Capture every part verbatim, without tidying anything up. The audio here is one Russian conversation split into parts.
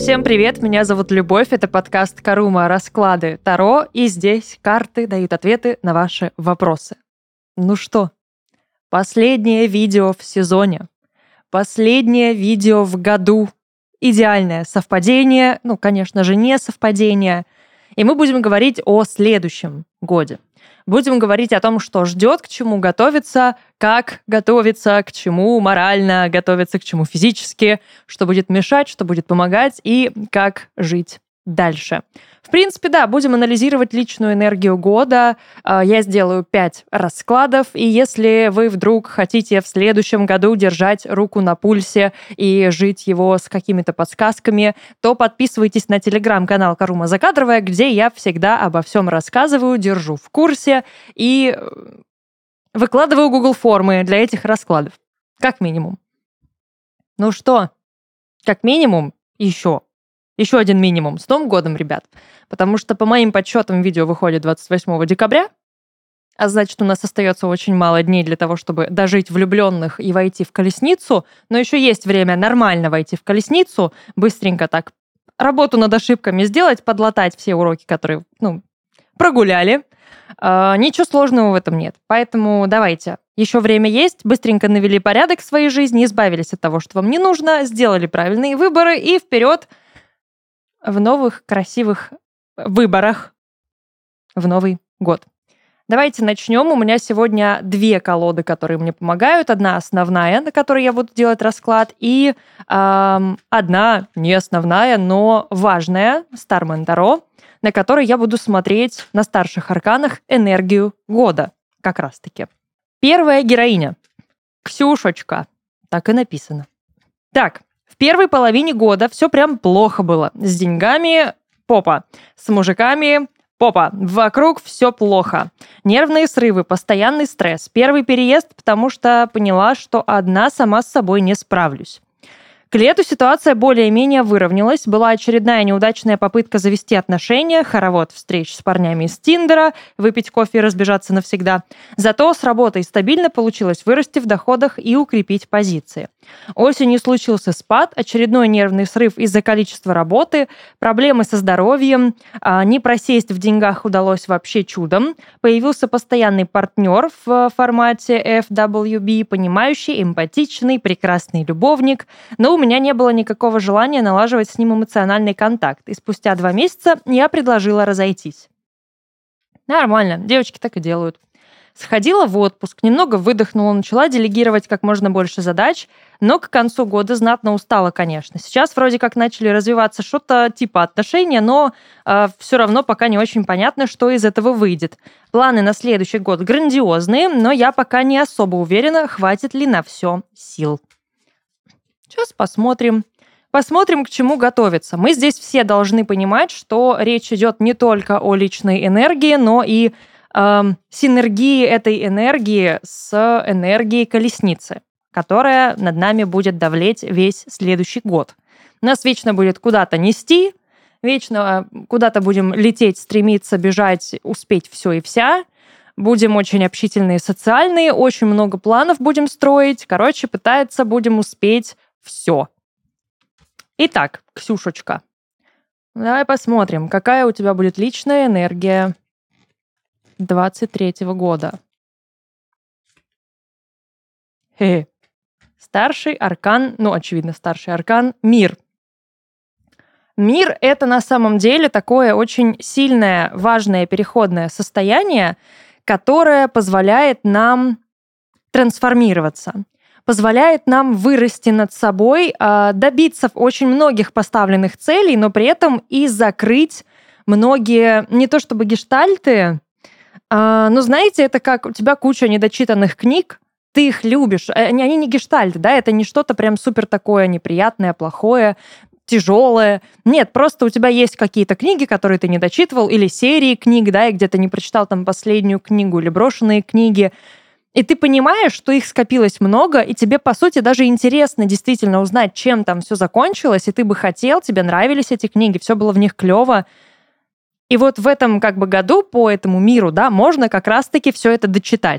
Всем привет, меня зовут Любовь, это подкаст Карума «Расклады Таро», и здесь карты дают ответы на ваши вопросы. Ну что, последнее видео в сезоне, последнее видео в году, идеальное совпадение, ну, конечно же, не совпадение, и мы будем говорить о следующем годе. Будем говорить о том, что ждет, к чему готовиться, как готовиться, к чему морально готовиться, к чему физически, что будет мешать, что будет помогать и как жить дальше. В принципе, да, будем анализировать личную энергию года. Я сделаю пять раскладов, и если вы вдруг хотите в следующем году держать руку на пульсе и жить его с какими-то подсказками, то подписывайтесь на телеграм-канал Карума Закадровая, где я всегда обо всем рассказываю, держу в курсе и выкладываю Google формы для этих раскладов. Как минимум. Ну что, как минимум еще. Еще один минимум. С Новым годом, ребят. Потому что, по моим подсчетам, видео выходит двадцать восьмого декабря, а значит, у нас остается очень мало дней для того, чтобы дожить влюбленных и войти в колесницу, но еще есть время нормально войти в колесницу, быстренько так работу над ошибками сделать, подлатать все уроки, которые, ну, прогуляли. Uh, ничего сложного в этом нет. Поэтому давайте. Еще время есть. Быстренько навели порядок в своей жизни, избавились от того, что вам не нужно, сделали правильные выборы и вперед в новых красивых выборах в Новый год. Давайте начнем. У меня сегодня две колоды, которые мне помогают. Одна основная, на которой я буду делать расклад, и эм, одна не основная, но важная, Стармен Таро, на которой я буду смотреть на старших арканах энергию года, как раз-таки. Первая героиня. Ксюшечка. Так и написано. Так, в первой половине года все прям плохо было. С деньгами попа, с мужиками попа. Вокруг все плохо. Нервные срывы, постоянный стресс. Первый переезд, потому что поняла, что одна сама с собой не справлюсь. К лету ситуация более-менее выровнялась. Была очередная неудачная попытка завести отношения, хоровод встреч с парнями из Тиндера, выпить кофе и разбежаться навсегда. Зато с работой стабильно получилось вырасти в доходах и укрепить позиции. Осенью случился спад, очередной нервный срыв из-за количества работы, проблемы со здоровьем, а не просесть в деньгах удалось вообще чудом. Появился постоянный партнер в формате эф дабл ю би, понимающий, эмпатичный, прекрасный любовник, но у меня не было никакого желания налаживать с ним эмоциональный контакт, и спустя два месяца я предложила разойтись. Нормально, девочки так и делают. Сходила в отпуск, немного выдохнула, начала делегировать как можно больше задач, но к концу года знатно устала, конечно. Сейчас вроде как начали развиваться что-то типа отношения, но э, все равно пока не очень понятно, что из этого выйдет. Планы на следующий год грандиозные, но я пока не особо уверена, хватит ли на все сил. Сейчас посмотрим. Посмотрим, к чему готовиться. Мы здесь все должны понимать, что речь идет не только о личной энергии, но и э, синергии этой энергии с энергией колесницы, которая над нами будет давлеть весь следующий год. Нас вечно будет куда-то нести, вечно куда-то будем лететь, стремиться, бежать, успеть все и вся. Будем очень общительные, социальные, очень много планов будем строить. Короче, пытаться будем успеть все. Итак, Ксюшечка, давай посмотрим, какая у тебя будет личная энергия двадцать третьего года. Хе-хе. Старший аркан, ну, очевидно, старший аркан — мир. Мир — это на самом деле такое очень сильное, важное переходное состояние, которое позволяет нам трансформироваться, позволяет нам вырасти над собой, добиться очень многих поставленных целей, но при этом и закрыть многие, не то чтобы гештальты, но, знаете, это как у тебя куча недочитанных книг, ты их любишь, они не гештальты, да, это не что-то прям супер такое неприятное, плохое, тяжелое. Нет, просто у тебя есть какие-то книги, которые ты не дочитывал, или серии книг, да, и где-то не прочитал там последнюю книгу или брошенные книги. И ты понимаешь, что их скопилось много, и тебе, по сути, даже интересно действительно узнать, чем там все закончилось, и ты бы хотел, тебе нравились эти книги, все было в них клево. И вот в этом как бы году по этому миру, да, можно как раз-таки все это дочитать.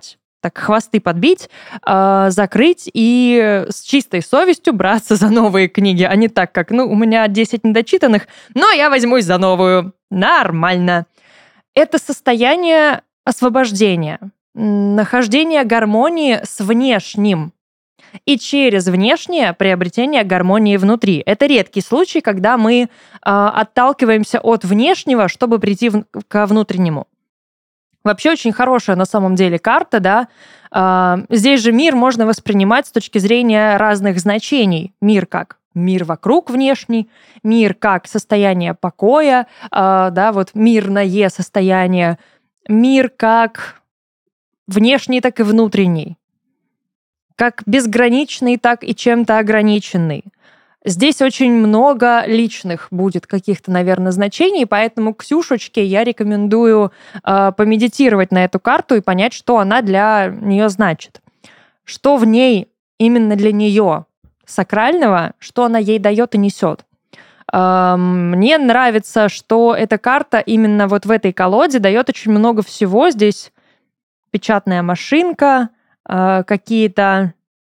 так хвосты подбить, э, закрыть и с чистой совестью браться за новые книги, а не так, как, ну, у меня десять недочитанных, но я возьмусь за новую. Нормально. Это состояние освобождения, нахождение гармонии с внешним и через внешнее приобретение гармонии внутри. Это редкий случай, когда мы э, отталкиваемся от внешнего, чтобы прийти в, ко внутреннему. Вообще очень хорошая на самом деле карта, да. Э, здесь же мир можно воспринимать с точки зрения разных значений. Мир как мир вокруг внешний, мир как состояние покоя, э, да, вот мирное состояние, мир как внешний, так и внутренний, как безграничный, так и чем-то ограниченный. Здесь очень много личных будет каких-то, наверное, значений, поэтому Ксюшечке я рекомендую э, помедитировать на эту карту и понять, что она для нее значит. Что в ней именно для нее сакрального, что она ей дает и несет. Э, мне нравится, что эта карта именно вот в этой колоде дает очень много всего. Здесь печатная машинка, э, какие-то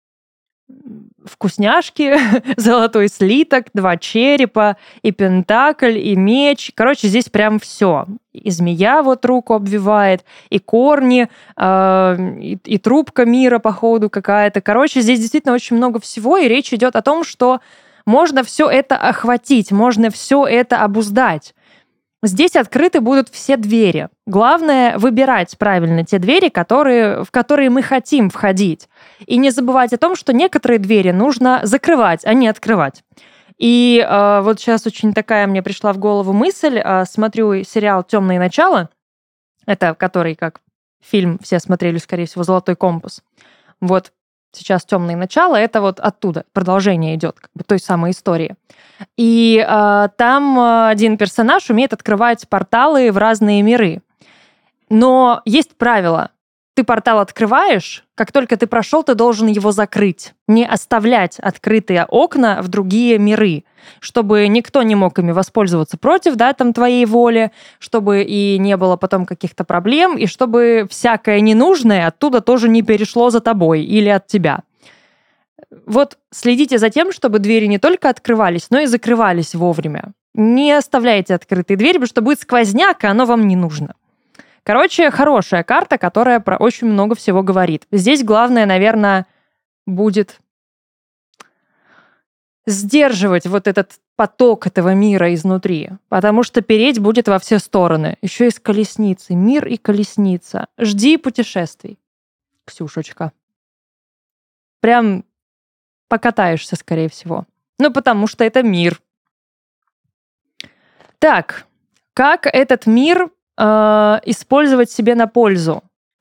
вкусняшки, золотой слиток, два черепа, и пентакль, и меч. Короче, здесь прям все. И змея вот руку обвивает, и корни, э, и, и трубка мира, походу, какая-то. Короче, здесь действительно очень много всего, и речь идет о том, что можно все это охватить, можно все это обуздать. Здесь открыты будут все двери. Главное — выбирать правильно те двери, которые, в которые мы хотим входить. И не забывать о том, что некоторые двери нужно закрывать, а не открывать. И э, вот сейчас очень такая мне пришла в голову мысль. Э, смотрю сериал «Темные начала», это который, как фильм все смотрели, скорее всего, «Золотой компас». Вот сейчас «Темные начала» — это вот оттуда продолжение идет, как бы той самой истории. И э, там один персонаж умеет открывать порталы в разные миры. Но есть правило. Ты портал открываешь, как только ты прошел, ты должен его закрыть. Не оставлять открытые окна в другие миры, чтобы никто не мог ими воспользоваться против, да, там, твоей воли, чтобы и не было потом каких-то проблем, и чтобы всякое ненужное оттуда тоже не перешло за тобой или от тебя. Вот следите за тем, чтобы двери не только открывались, но и закрывались вовремя. Не оставляйте открытые двери, потому что будет сквозняк, и оно вам не нужно. Короче, хорошая карта, которая про очень много всего говорит. Здесь главное, наверное, будет сдерживать вот этот поток этого мира изнутри, потому что переть будет во все стороны. Еще и с колесницей. Мир и колесница. Жди путешествий, Ксюшечка. Прям покатаешься, скорее всего. Ну, потому что это мир. Так, как этот мир э, использовать себе на пользу?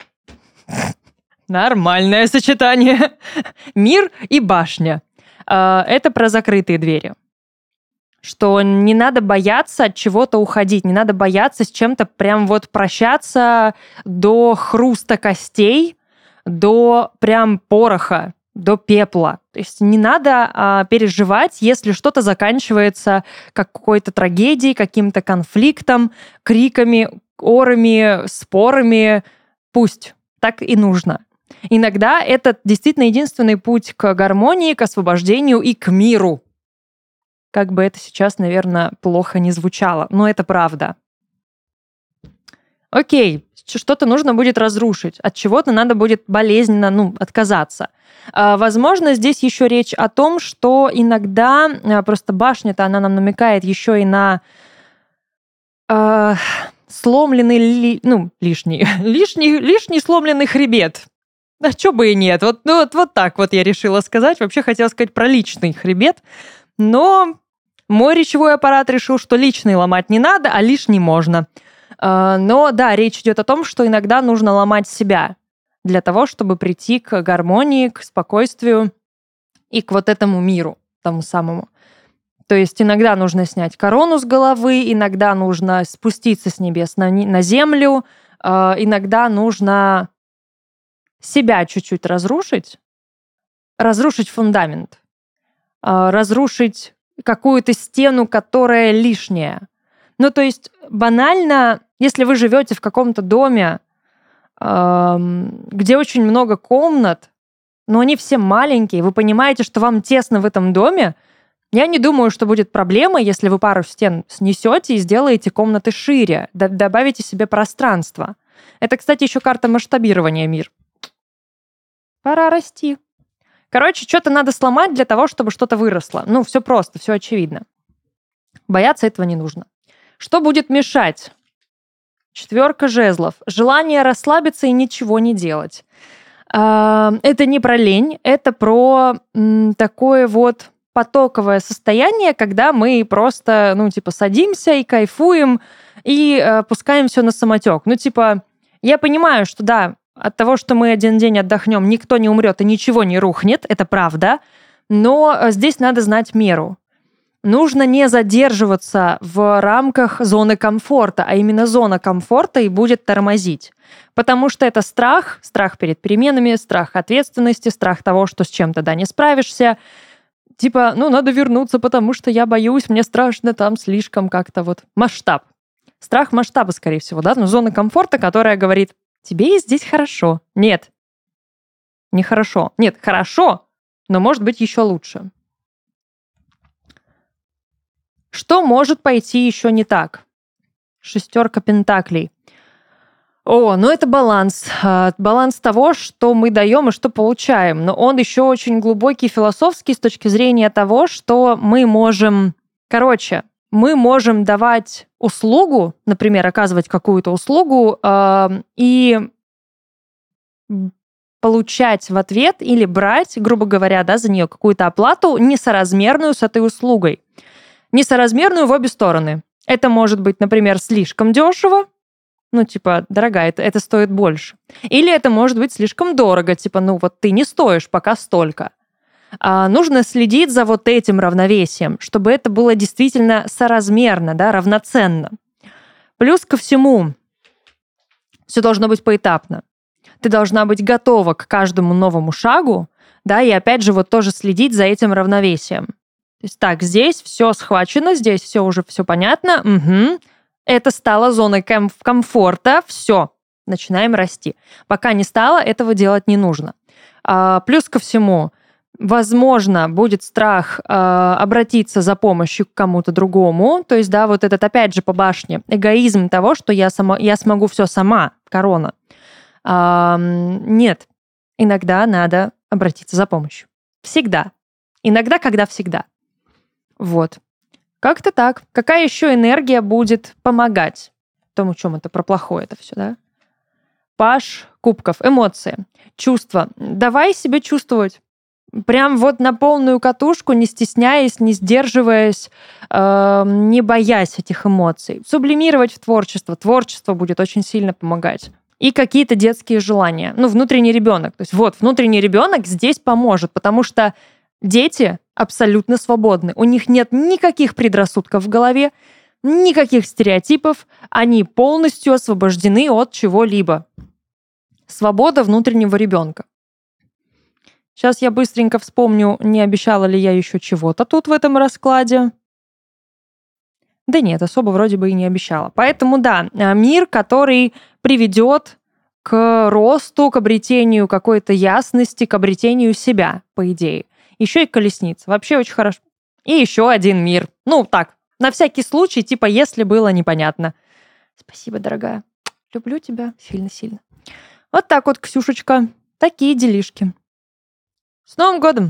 Нормальное сочетание. Мир и башня. Э, это про закрытые двери. Что не надо бояться от чего-то уходить, не надо бояться с чем-то прям вот прощаться до хруста костей, до прям пороха, до пепла. То есть не надо а, переживать, если что-то заканчивается какой-то трагедией, каким-то конфликтом, криками, орами, спорами. Пусть так и нужно. Иногда это действительно единственный путь к гармонии, к освобождению и к миру. Как бы это сейчас, наверное, плохо не звучало, но это правда. Окей, что-то нужно будет разрушить, от чего-то надо будет болезненно, ну, отказаться. Возможно, здесь еще речь о том, что иногда просто башня-то, она нам намекает еще и на э, сломленный, ли, ну, лишний, лишний, лишний сломленный хребет. А чё бы и нет. Вот, ну, вот, вот так вот я решила сказать. Вообще хотела сказать про личный хребет, но мой речевой аппарат решил, что личный ломать не надо, а лишний можно. Но да, речь идет о том, что иногда нужно ломать себя для того, чтобы прийти к гармонии, к спокойствию и к вот этому миру, тому самому. То есть иногда нужно снять корону с головы, иногда нужно спуститься с небес на, на землю, иногда нужно себя чуть-чуть разрушить, разрушить фундамент, разрушить какую-то стену, которая лишняя. Ну, то есть банально, если вы живете в каком-то доме, где очень много комнат, но они все маленькие, вы понимаете, что вам тесно в этом доме, я не думаю, что будет проблема, если вы пару стен снесете и сделаете комнаты шире, д- добавите себе пространство. Это, кстати, еще карта масштабирования, мир. Пора расти. Короче, что-то надо сломать для того, чтобы что-то выросло. Ну, все просто, все очевидно. Бояться этого не нужно. Что будет мешать? Четверка жезлов. Желание расслабиться и ничего не делать. Это не про лень, это про такое вот потоковое состояние, когда мы просто, ну, типа, садимся и кайфуем, и э, пускаем все на самотек. Ну, типа, я понимаю, что да, от того, что мы один день отдохнем, никто не умрет и ничего не рухнет, это правда, но здесь надо знать меру. Нужно не задерживаться в рамках зоны комфорта, а именно зона комфорта и будет тормозить. Потому что это страх, страх перед переменами, страх ответственности, страх того, что с чем-то, да, не справишься. Типа, ну, надо вернуться, потому что я боюсь, мне страшно, там слишком как-то вот масштаб. Страх масштаба, скорее всего, да, но зона комфорта, которая говорит, тебе здесь хорошо. Нет, не хорошо. Нет, хорошо, но может быть еще лучше. Что может пойти еще не так? Шестерка пентаклей. О, ну это баланс. Баланс того, что мы даем и что получаем. Но он еще очень глубокий, философский с точки зрения того, что мы можем... Короче, мы можем давать услугу, например, оказывать какую-то услугу, э, и получать в ответ или брать, грубо говоря, да, за нее какую-то оплату несоразмерную с этой услугой. Несоразмерную в обе стороны. Это может быть, например, слишком дешево, ну, типа, дорогая, это, это стоит больше. Или это может быть слишком дорого, типа, ну, вот ты не стоишь пока столько. А нужно следить за вот этим равновесием, чтобы это было действительно соразмерно, да, равноценно. Плюс ко всему, все должно быть поэтапно. Ты должна быть готова к каждому новому шагу, да, и опять же вот тоже следить за этим равновесием. То есть так, здесь все схвачено, здесь все уже все понятно, угу. Это стало зоной ком- комфорта, все, начинаем расти. Пока не стало, этого делать не нужно. А, плюс ко всему, возможно, будет страх а, обратиться за помощью к кому-то другому, то есть, да, вот этот, опять же, по башне, эгоизм того, что я, сама, я смогу все сама, корона. А, нет, иногда надо обратиться за помощью. Всегда. Иногда, когда всегда. Вот. Как-то так. Какая еще энергия будет помогать? Тому, чем это про плохое это все, да? Паш кубков. Эмоции. Чувства. Давай себе чувствовать. Прям вот на полную катушку, не стесняясь, не сдерживаясь, э, не боясь этих эмоций. Сублимировать в творчество. Творчество будет очень сильно помогать. И какие-то детские желания. Ну, внутренний ребенок. То есть вот, внутренний ребенок здесь поможет, потому что дети абсолютно свободны. У них нет никаких предрассудков в голове, никаких стереотипов. Они полностью освобождены от чего-либо. Свобода внутреннего ребенка. Сейчас я быстренько вспомню, не обещала ли я еще чего-то тут в этом раскладе. Да нет, особо вроде бы и не обещала. Поэтому да, мир, который приведет к росту, к обретению какой-то ясности, к обретению себя, по идее. Еще и колесница. Вообще очень хорошо. И еще один мир. Ну, так, на всякий случай, типа, если было непонятно. Спасибо, дорогая. Люблю тебя сильно-сильно. Вот так вот, Ксюшечка. Такие делишки. С Новым годом!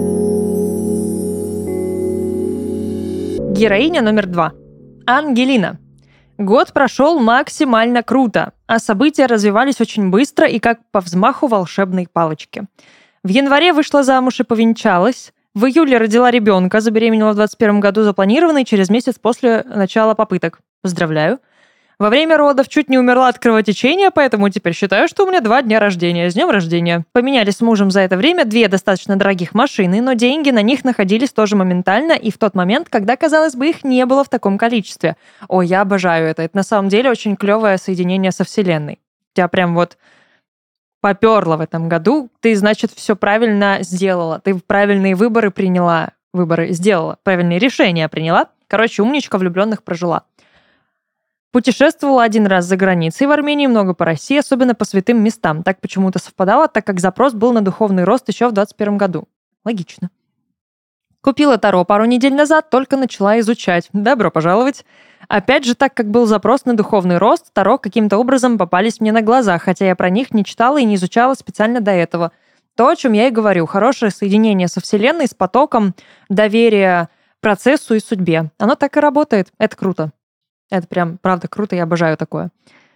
Героиня номер два. Ангелина. Год прошел максимально круто, а события развивались очень быстро и как по взмаху волшебной палочки. В январе вышла замуж и повенчалась. В июле родила ребенка, забеременела в двадцать первом году запланированной через месяц после начала попыток. Поздравляю. Во время родов чуть не умерла от кровотечения, поэтому теперь считаю, что у меня два дня рождения. С днем рождения. Поменяли с мужем за это время две достаточно дорогих машины, но деньги на них находились тоже моментально и в тот момент, когда, казалось бы, их не было в таком количестве. Ой, я обожаю это. Это на самом деле очень клевое соединение со Вселенной. У тебя прям вот поперло в этом году. Ты, значит, все правильно сделала. Ты правильные выборы приняла. Выборы сделала. Правильные решения приняла. Короче, умничка, влюбленных прожила. Путешествовала один раз за границей, в Армении, много по России, особенно по святым местам. Так почему-то совпадало, так как запрос был на духовный рост еще в двадцать первом году. Логично. Купила Таро пару недель назад, только начала изучать. Добро пожаловать. Опять же, так как был запрос на духовный рост, Таро каким-то образом попались мне на глаза, хотя я про них не читала и не изучала специально до этого. То, о чем я и говорю. Хорошее соединение со Вселенной, с потоком, доверие процессу и судьбе. Оно так и работает. Это круто. Это прям, правда, круто, я обожаю такое.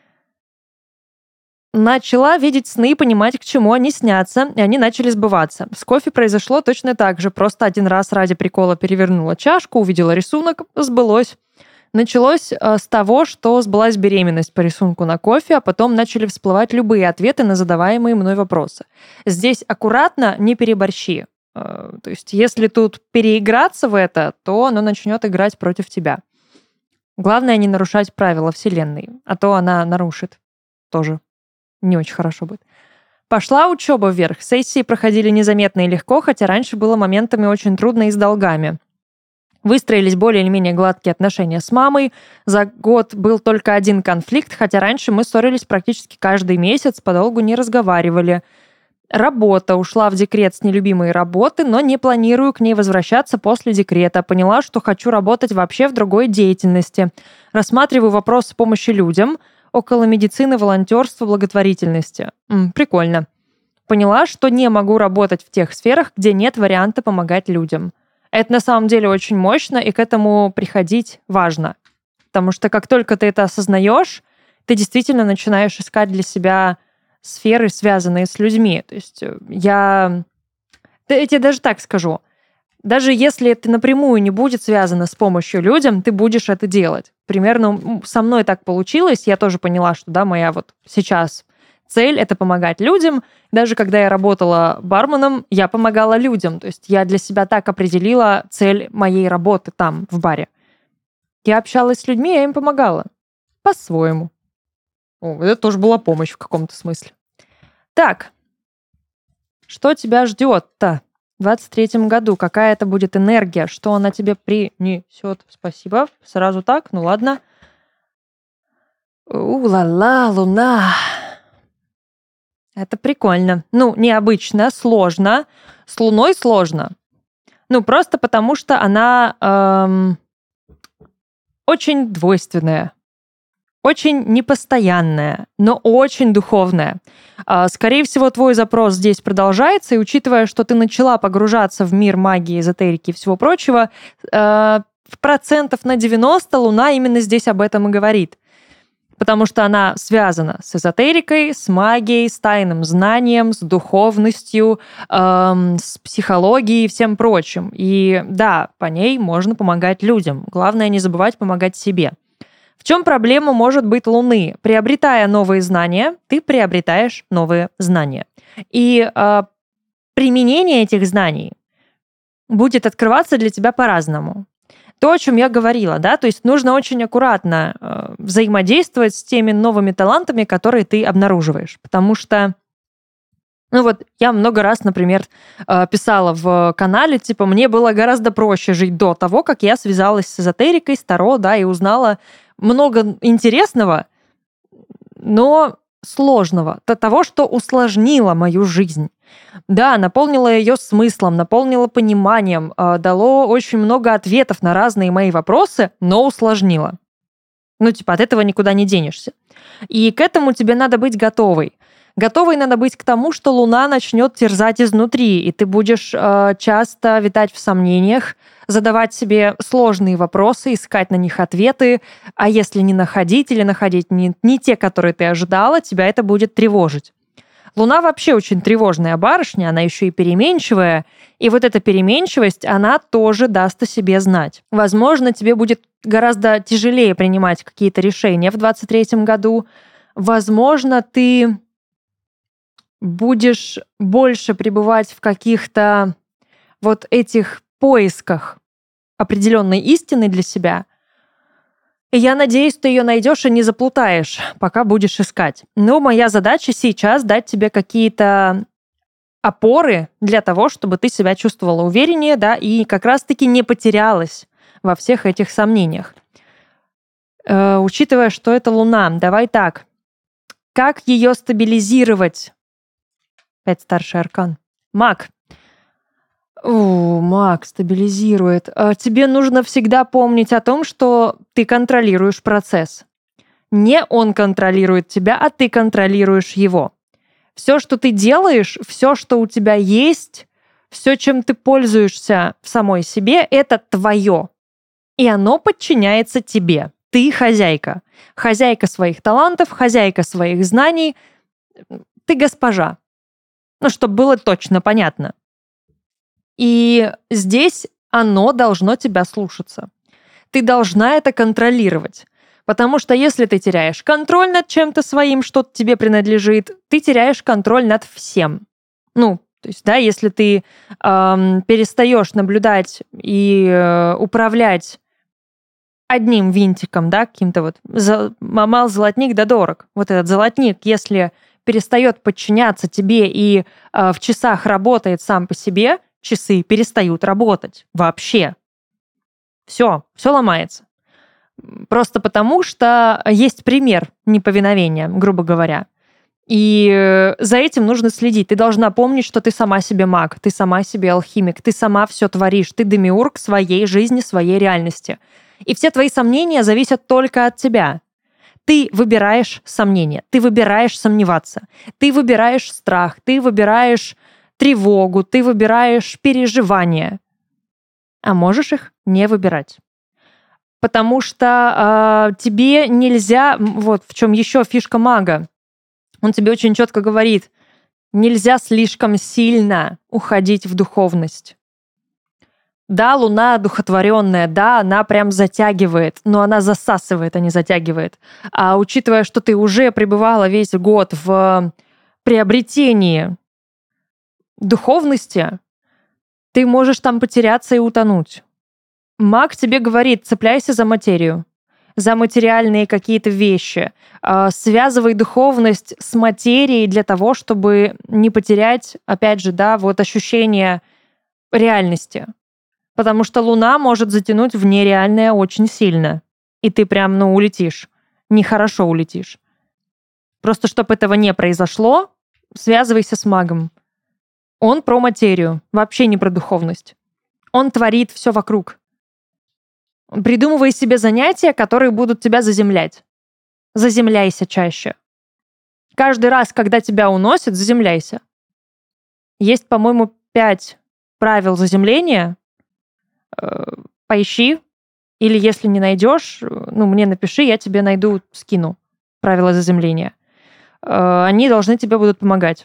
Начала видеть сны и понимать, к чему они снятся, и они начали сбываться. С кофе произошло точно так же. Просто один раз ради прикола перевернула чашку, увидела рисунок, сбылось. Началось э, с того, что сбылась беременность по рисунку на кофе, а потом начали всплывать любые ответы на задаваемые мной вопросы. Здесь аккуратно, не переборщи. Э, то есть если тут переиграться в это, то оно начнет играть против тебя. Главное не нарушать правила Вселенной, а то она нарушит. Тоже не очень хорошо будет. Пошла учеба вверх. Сессии проходили незаметно и легко, хотя раньше было моментами очень трудно и с долгами. Выстроились более или менее гладкие отношения с мамой. За год был только один конфликт, хотя раньше мы ссорились практически каждый месяц, подолгу не разговаривали. Работа. Ушла в декрет с нелюбимой работы, но не планирую к ней возвращаться после декрета. Поняла, что хочу работать вообще в другой деятельности. Рассматриваю вопросы помощи людям, около медицины, волонтерства, благотворительности. М, прикольно. Поняла, что не могу работать в тех сферах, где нет варианта помогать людям. Это на самом деле очень мощно, и к этому приходить важно. Потому что как только ты это осознаешь, ты действительно начинаешь искать для себя сферы, связанные с людьми. То есть я... Я тебе даже так скажу. Даже если это напрямую не будет связано с помощью людям, ты будешь это делать. Примерно со мной так получилось. Я тоже поняла, что да, моя вот сейчас цель — это помогать людям. Даже когда я работала барменом, я помогала людям. То есть я для себя так определила цель моей работы там, в баре. Я общалась с людьми, я им помогала. По-своему. О, это тоже была помощь в каком-то смысле. Так, что тебя ждет-то в двадцать третьем году? Какая это будет энергия? Что она тебе принесет? Спасибо. Сразу так? Ну ладно. У-ла-ла, луна. Это прикольно. Ну, необычно, сложно. С луной сложно. Ну, просто потому что она эм, очень двойственная. Очень непостоянная, но очень духовная. Скорее всего, твой запрос здесь продолжается, и учитывая, что ты начала погружаться в мир магии, эзотерики и всего прочего, процентов на девяносто Луна именно здесь об этом и говорит. Потому что она связана с эзотерикой, с магией, с тайным знанием, с духовностью, эм, с психологией и всем прочим. И да, по ней можно помогать людям. Главное не забывать помогать себе. В чем проблема может быть Луны? Приобретая новые знания, ты приобретаешь новые знания. И э, применение этих знаний будет открываться для тебя по-разному. То, о чем я говорила, да, то есть нужно очень аккуратно э, взаимодействовать с теми новыми талантами, которые ты обнаруживаешь. Потому что, ну вот, я много раз, например, э, писала в канале, типа, мне было гораздо проще жить до того, как я связалась с эзотерикой, с Таро, да, и узнала много интересного, но сложного, того, что усложнило мою жизнь. Да, наполнило ее смыслом, наполнило пониманием, дало очень много ответов на разные мои вопросы, но усложнило. Ну, типа, от этого никуда не денешься. И к этому тебе надо быть готовой. Готовой надо быть к тому, что Луна начнет терзать изнутри, и ты будешь э, часто витать в сомнениях, задавать себе сложные вопросы, искать на них ответы, а если не находить или находить не, не те, которые ты ожидала, тебя это будет тревожить. Луна вообще очень тревожная барышня, она еще и переменчивая, и вот эта переменчивость, она тоже даст о себе знать. Возможно, тебе будет гораздо тяжелее принимать какие-то решения в двадцать третьем году. Возможно, ты будешь больше пребывать в каких-то вот этих поисках определенной истины для себя. И я надеюсь, ты ее найдешь и не заплутаешь, пока будешь искать. Но моя задача сейчас дать тебе какие-то опоры для того, чтобы ты себя чувствовала увереннее, да, и как раз-таки не потерялась во всех этих сомнениях. Э, учитывая, что это Луна, давай так. Как ее стабилизировать? Опять старший аркан. Маг. О, маг стабилизирует. Э, Тебе нужно всегда помнить о том, что ты контролируешь процесс. Не он контролирует тебя, а ты контролируешь его. Все, что ты делаешь, все, что у тебя есть, все, чем ты пользуешься в самой себе, это твое. И оно подчиняется тебе. Ты хозяйка. Хозяйка своих талантов, хозяйка своих знаний. Ты госпожа. Ну, чтобы было точно понятно. И здесь оно должно тебя слушаться. Ты должна это контролировать. Потому что если ты теряешь контроль над чем-то своим, что тебе принадлежит, ты теряешь контроль над всем. Ну, то есть, да, если ты эм, перестаешь наблюдать и э, управлять одним винтиком, да, каким-то вот за, мал золотник да дорог. Вот этот золотник, если перестает подчиняться тебе и э, в часах работает сам по себе, часы перестают работать вообще. Все, все ломается. Просто потому, что есть пример неповиновения, грубо говоря. И за этим нужно следить. Ты должна помнить, что ты сама себе маг, ты сама себе алхимик, ты сама все творишь, ты демиург своей жизни, своей реальности. И все твои сомнения зависят только от тебя. Ты выбираешь сомнения, ты выбираешь сомневаться, ты выбираешь страх, ты выбираешь тревогу, ты выбираешь переживания. А можешь их не выбирать. Потому что э, тебе нельзя, вот в чем еще фишка мага, он тебе очень четко говорит, нельзя слишком сильно уходить в духовность. Да, Луна одухотворенная, да, она прям затягивает, но она засасывает, а не затягивает. А учитывая, что ты уже пребывала весь год в приобретении духовности, ты можешь там потеряться и утонуть. Маг тебе говорит, цепляйся за материю, за материальные какие-то вещи. Э, связывай духовность с материей для того, чтобы не потерять, опять же, да, вот ощущение реальности. Потому что Луна может затянуть в нереальное очень сильно. И ты прям, ну, улетишь. Нехорошо улетишь. Просто чтобы этого не произошло, связывайся с магом. Он про материю, вообще не про духовность. Он творит все вокруг. Придумывай себе занятия, которые будут тебя заземлять. Заземляйся чаще. Каждый раз, когда тебя уносят, заземляйся. Есть, по-моему, пять правил заземления. Э, поищи. Или если не найдешь, ну, мне напиши, я тебе найду, скину правила заземления. Э, они должны тебе будут помогать.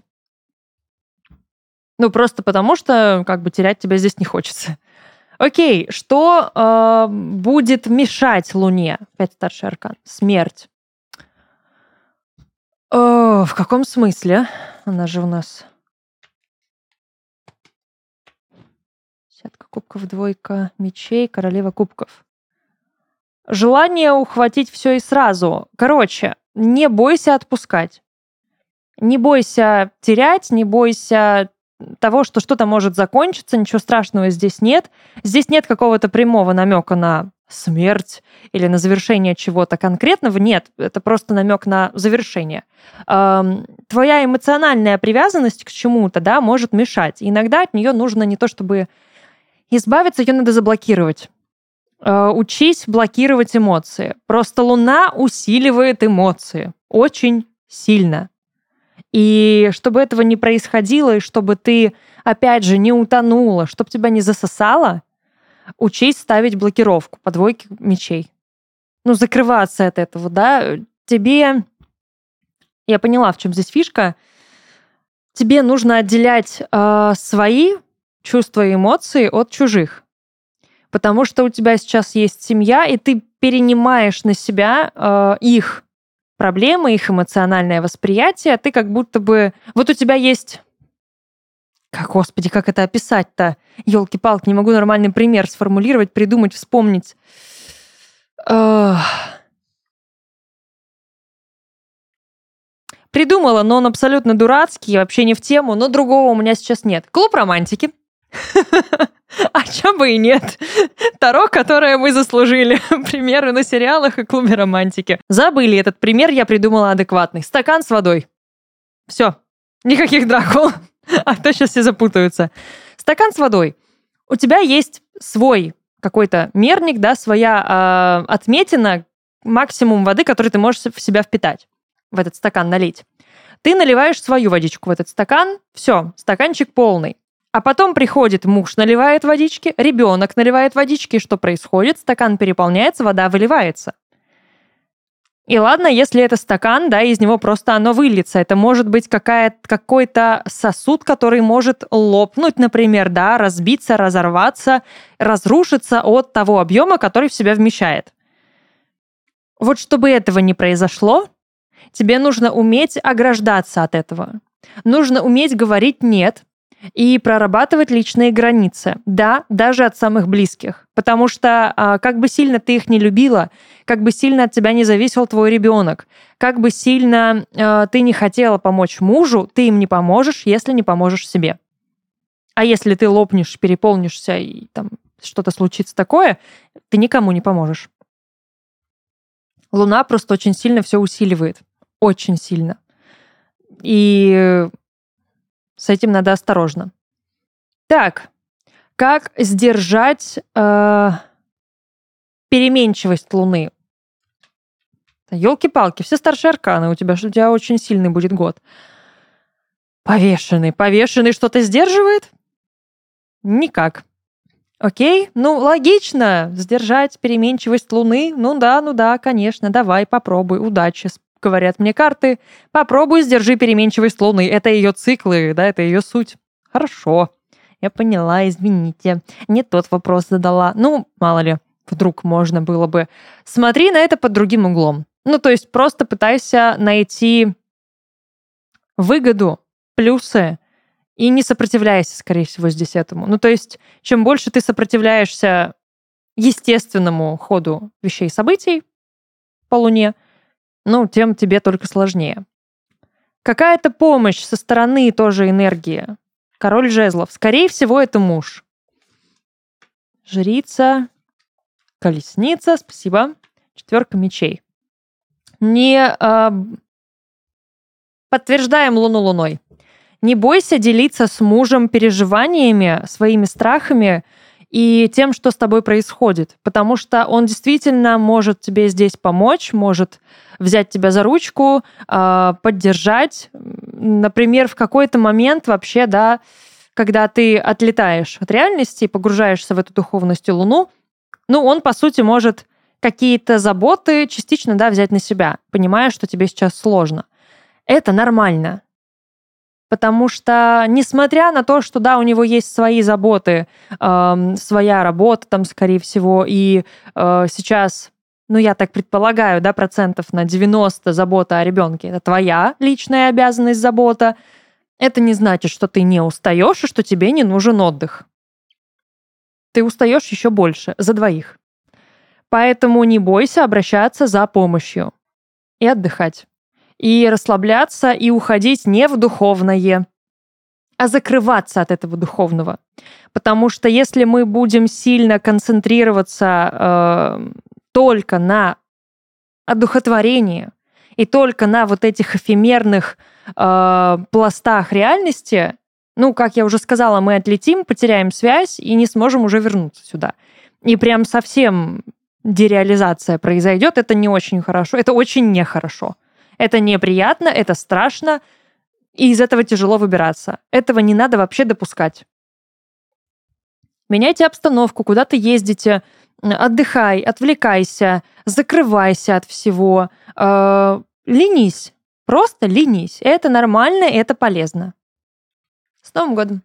Ну, просто потому что, как бы, терять тебя здесь не хочется. Окей, что э, будет мешать Луне? Опять старший аркан. Смерть. О, в каком смысле? Она же у нас... Десятка кубков, двойка мечей, королева кубков. Желание ухватить все и сразу. Короче, не бойся отпускать. Не бойся терять, не бойся того, что что-то может закончиться, ничего страшного здесь нет. Здесь нет какого-то прямого намека на смерть или на завершение чего-то конкретного. Нет, это просто намек на завершение. Эм, твоя эмоциональная привязанность к чему-то, да, может мешать. Иногда от нее нужно не то чтобы избавиться, ее надо заблокировать. Э, учись блокировать эмоции. Просто Луна усиливает эмоции очень сильно. И чтобы этого не происходило, и чтобы ты, опять же, не утонула, чтобы тебя не засосало, учись ставить блокировку по двойке мечей. Ну, закрываться от этого, да. Тебе... Я поняла, в чем здесь фишка. Тебе нужно отделять э, свои чувства и эмоции от чужих. Потому что у тебя сейчас есть семья, и ты перенимаешь на себя э, их проблемы, их эмоциональное восприятие, ты как будто бы... Вот у тебя есть... Как, господи, как это описать-то? Ёлки-палки, не могу нормальный пример сформулировать, придумать, вспомнить. Эх. Придумала, но он абсолютно дурацкий, вообще не в тему, но другого у меня сейчас нет. Клуб романтики. А чё бы и нет? Таро, которое мы заслужили. Примеры на сериалах и клубе романтики. Забыли этот пример, я придумала адекватный. Стакан с водой. Все. Никаких дракул. А то сейчас все запутаются. Стакан с водой. У тебя есть свой какой-то мерник, да, своя э, отметина, максимум воды, который ты можешь в себя впитать, в этот стакан налить. Ты наливаешь свою водичку в этот стакан, все, стаканчик полный. А потом приходит муж, наливает водички, ребенок наливает водички, и что происходит? Стакан переполняется, вода выливается. И ладно, если это стакан, да, из него просто оно выльется. Это может быть какая- какой-то сосуд, который может лопнуть, например, да, разбиться, разорваться, разрушиться от того объема, который в себя вмещает. Вот чтобы этого не произошло, тебе нужно уметь ограждаться от этого. Нужно уметь говорить «нет» и прорабатывать личные границы. Да, даже от самых близких. Потому что как бы сильно ты их не любила, как бы сильно от тебя не зависел твой ребенок, как бы сильно э, ты не хотела помочь мужу, ты им не поможешь, если не поможешь себе. А если ты лопнешь, переполнишься и там что-то случится такое, ты никому не поможешь. Луна просто очень сильно все усиливает. Очень сильно. И с этим надо осторожно. Так, как сдержать э, переменчивость Луны? Ёлки-палки, все старшие арканы, у тебя, у тебя очень сильный будет год. Повешенный. Повешенный что-то сдерживает? Никак. Окей, ну логично, сдержать переменчивость Луны. Ну да, ну да, конечно, давай, попробуй, удачи, говорят мне карты. Попробуй, сдержи переменчивость Луны. Это ее циклы, да, это ее суть. Хорошо, я поняла, извините. Не тот вопрос задала. Ну, мало ли, вдруг можно было бы. Смотри на это под другим углом. Ну, то есть просто пытайся найти выгоду, плюсы, и не сопротивляйся, скорее всего, здесь этому. Ну, то есть чем больше ты сопротивляешься естественному ходу вещей и событий по Луне, ну, тем тебе только сложнее. Какая-то помощь со стороны тоже энергии. Король жезлов. Скорее всего, это муж. Жрица, колесница, спасибо. Четверка мечей. Не э, подтверждаем Луну Луной. Не бойся делиться с мужем переживаниями, своими страхами и тем, что с тобой происходит. Потому что он действительно может тебе здесь помочь, может взять тебя за ручку, э, поддержать. Например, в какой-то момент вообще, да, когда ты отлетаешь от реальности и погружаешься в эту духовность и Луну, ну, он, по сути, может какие-то заботы частично, да, взять на себя, понимая, что тебе сейчас сложно. Это нормально. Потому что, несмотря на то, что, да, у него есть свои заботы, э, своя работа там, скорее всего, и э, сейчас, ну, я так предполагаю, да, процентов на девяносто забота о ребенке — это твоя личная обязанность, забота, это не значит, что ты не устаешь и что тебе не нужен отдых. Ты устаешь еще больше, за двоих. Поэтому не бойся обращаться за помощью и отдыхать. И расслабляться, и уходить не в духовное, а закрываться от этого духовного. Потому что если мы будем сильно концентрироваться э, только на одухотворении и только на вот этих эфемерных э, пластах реальности, ну, как я уже сказала, мы отлетим, потеряем связь и не сможем уже вернуться сюда. И прям совсем дереализация произойдет, это не очень хорошо, это очень нехорошо. Это неприятно, это страшно, и из этого тяжело выбираться. Этого не надо вообще допускать. Меняйте обстановку, куда ты ездите, отдыхай, отвлекайся, закрывайся от всего, э, ленись, просто ленись. Это нормально, это полезно. С Новым годом!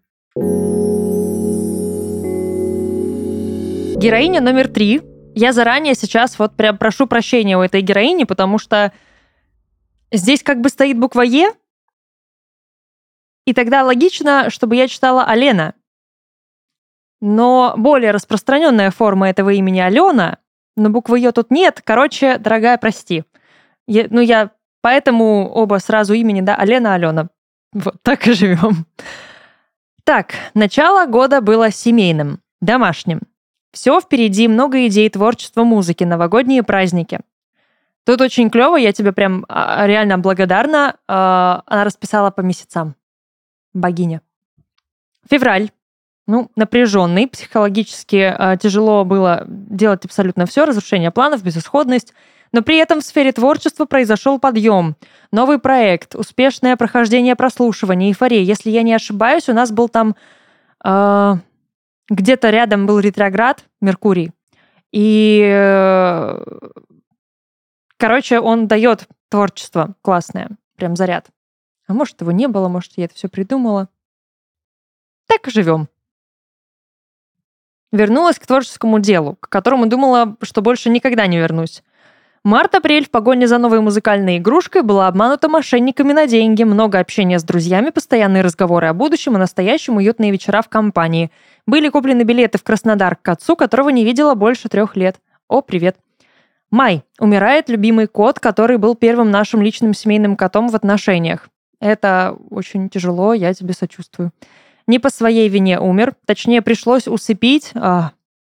Героиня номер три. Я заранее сейчас вот прям прошу прощения у этой героини, потому что здесь как бы стоит буква «Е», и тогда логично, чтобы я читала Алена. Но более распространенная форма этого имени Алена, но буквы «Ё» тут нет. Короче, дорогая, прости. Я, ну, я поэтому оба сразу имени, да, Алена, Алена. Вот так и живем. Так, начало года было семейным, домашним. Все впереди, много идей, творчества, музыки, новогодние праздники. Тут очень клево, я тебе прям а, реально благодарна. А, Она расписала по месяцам. Богиня. Февраль. Ну, напряженный, психологически а, тяжело было делать абсолютно все, разрушение планов, безысходность. Но при этом в сфере творчества произошел подъем. Новый проект, успешное прохождение прослушивания, эйфория. Если я не ошибаюсь, у нас был там... э, где-то рядом был ретроград, Меркурий. И, э, короче, он дает творчество классное. Прям заряд. А может, его не было, может, я это все придумала. Так и живем. Вернулась к творческому делу, к которому думала, что больше никогда не вернусь. Март-апрель в погоне за новой музыкальной игрушкой была обманута мошенниками на деньги, много общения с друзьями, постоянные разговоры о будущем и настоящем уютные вечера в компании. Были куплены билеты в Краснодар к отцу, которого не видела больше трех лет. О, привет. Май. Умирает любимый кот, который был первым нашим личным семейным котом в отношениях. Это очень тяжело, я тебе сочувствую. Не по своей вине умер, точнее, пришлось усыпить. А,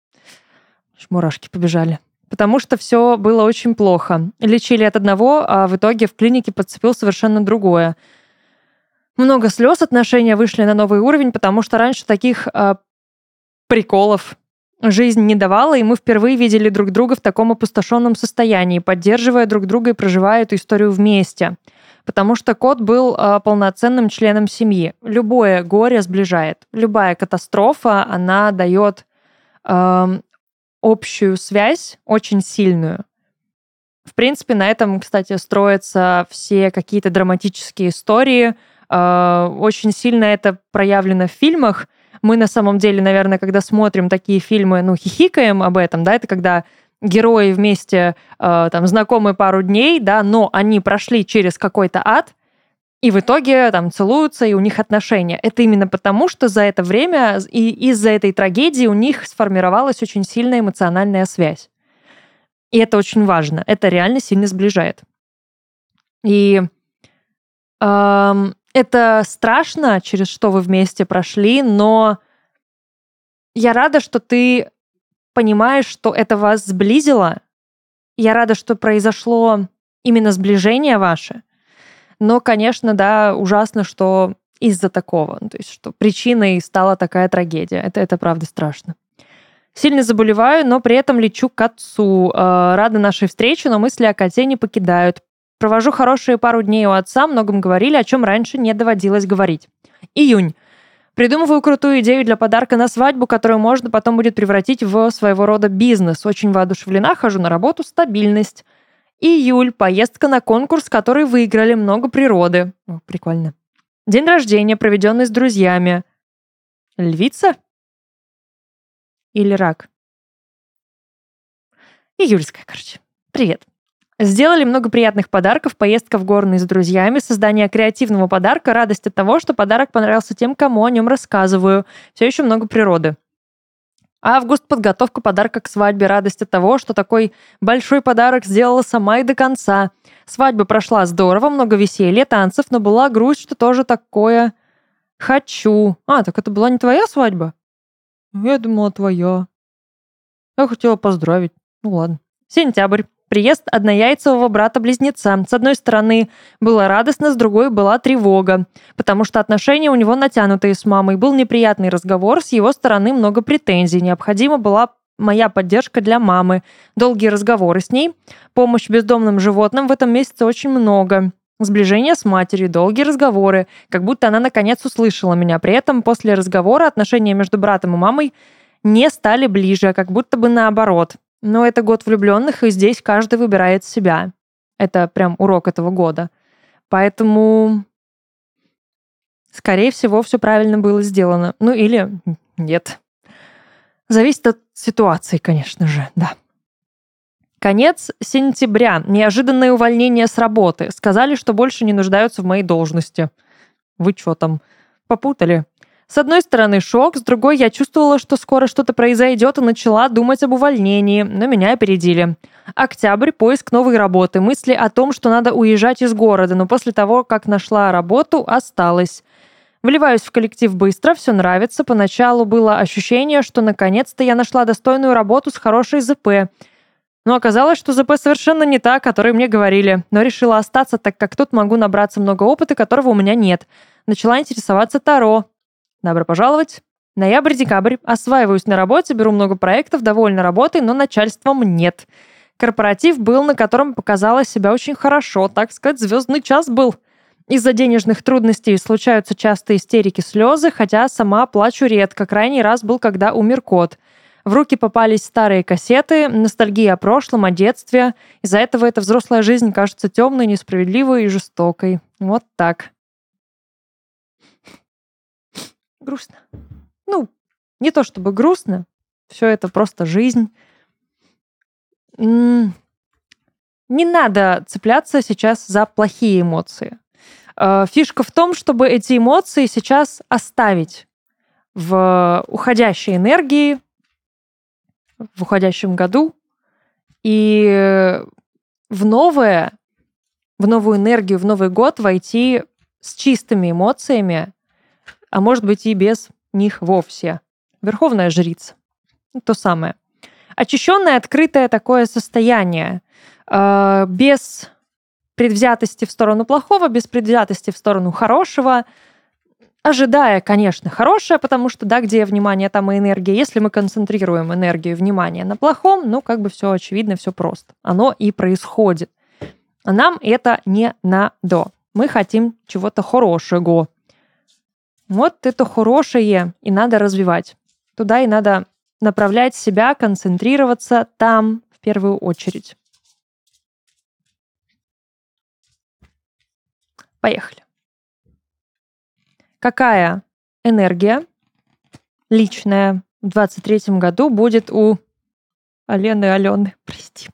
мурашки побежали. Потому что все было очень плохо. Лечили от одного, а в итоге в клинике подцепил совершенно другое. Много слез, отношения вышли на новый уровень, потому что раньше таких э, приколов жизнь не давала, и мы впервые видели друг друга в таком опустошенном состоянии, поддерживая друг друга и проживая эту историю вместе. Потому что кот был э, полноценным членом семьи. Любое горе сближает. Любая катастрофа, она дает... Э, общую связь, очень сильную. В принципе, на этом, кстати, строятся все какие-то драматические истории. Очень сильно это проявлено в фильмах. Мы на самом деле, наверное, когда смотрим такие фильмы, ну, хихикаем об этом, да, это когда герои вместе там знакомы пару дней, да, но они прошли через какой-то ад, и в итоге там целуются, и у них отношения. Это именно потому, что за это время и из-за этой трагедии у них сформировалась очень сильная эмоциональная связь. И это очень важно. Это реально сильно сближает. И эм, это страшно, через что вы вместе прошли, но я рада, что ты понимаешь, что это вас сблизило. Я рада, что произошло именно сближение ваше. Но, конечно, да, ужасно, что из-за такого, то есть что причиной стала такая трагедия. Это, это правда страшно. Сильно заболеваю, но при этом лечу к отцу. Э, рада нашей встрече, но мысли о коте не покидают. Провожу хорошие пару дней у отца, многом говорили, о чем раньше не доводилось говорить. Июнь. Придумываю крутую идею для подарка на свадьбу, которую можно потом будет превратить в своего рода бизнес. Очень воодушевлена, хожу на работу, стабильность. Июль. Поездка на конкурс, который выиграли, много природы. О, прикольно. День рождения, проведенный с друзьями. Львица? Или рак? Июльская, короче. Привет. Сделали много приятных подарков, поездка в горные с друзьями, создание креативного подарка, радость от того, что подарок понравился тем, кому о нем рассказываю. Все еще много природы. Август. Подготовка подарка к свадьбе. Радость от того, что такой большой подарок сделала сама и до конца. Свадьба прошла здорово, много веселья, танцев, но была грусть, что тоже такое хочу. А, так это была не твоя свадьба? Я думала, твоя. Я хотела поздравить. Ну ладно. Сентябрь. Приезд однояйцевого брата-близнеца. С одной стороны, было радостно, с другой была тревога, потому что отношения у него натянутые с мамой. Был неприятный разговор, с его стороны много претензий. Необходима была моя поддержка для мамы. Долгие разговоры с ней. Помощь бездомным животным в этом месяце очень много. Сближение с матерью, долгие разговоры. Как будто она наконец услышала меня. При этом после разговора отношения между братом и мамой не стали ближе, а как будто бы наоборот. Но это год влюбленных, и здесь каждый выбирает себя. Это прям урок этого года. Поэтому, скорее всего, все правильно было сделано. Ну или нет. Зависит от ситуации, конечно же, да. Конец сентября. Неожиданное увольнение с работы. Сказали, что больше не нуждаются в моей должности. Вы что там, попутали? С одной стороны шок, с другой я чувствовала, что скоро что-то произойдет, и начала думать об увольнении, но меня опередили. Октябрь, поиск новой работы, мысли о том, что надо уезжать из города, но после того, как нашла работу, осталась. Вливаюсь в коллектив быстро, все нравится. Поначалу было ощущение, что наконец-то я нашла достойную работу с хорошей ЗП. Но оказалось, что ЗП совершенно не та, о которой мне говорили. Но решила остаться, так как тут могу набраться много опыта, которого у меня нет. Начала интересоваться Таро. Добро пожаловать. Ноябрь-декабрь. Осваиваюсь на работе, беру много проектов, довольна работой, но начальством нет. Корпоратив был, на котором показала себя очень хорошо. Так сказать, звездный час был. Из-за денежных трудностей случаются часто истерики, слезы, хотя сама плачу редко. Крайний раз был, когда умер кот. В руки попались старые кассеты, ностальгия о прошлом, о детстве. Из-за этого эта взрослая жизнь кажется темной, несправедливой и жестокой. Вот так. Грустно. Ну, не то чтобы грустно. Все это просто жизнь. М-м- Не надо цепляться сейчас за плохие эмоции. Э, Фишка в том, чтобы эти эмоции сейчас оставить в уходящей энергии, в уходящем году и в новое, в новую энергию, в Новый год войти с чистыми эмоциями, а может быть и без них вовсе. Верховная жрица. То самое. Очищенное, открытое такое состояние. э, Без предвзятости в сторону плохого, без предвзятости в сторону хорошего, ожидая, конечно, хорошее, потому что, да, где внимание, там и энергия. Если мы концентрируем энергию и внимание на плохом, ну, как бы все очевидно, все просто. Оно и происходит. А нам это не надо. Мы хотим чего-то хорошего. Вот это хорошее и надо развивать. Туда и надо направлять себя, концентрироваться там в первую очередь. Поехали. Какая энергия личная в двадцать третьем году будет у Алены Алены, прости.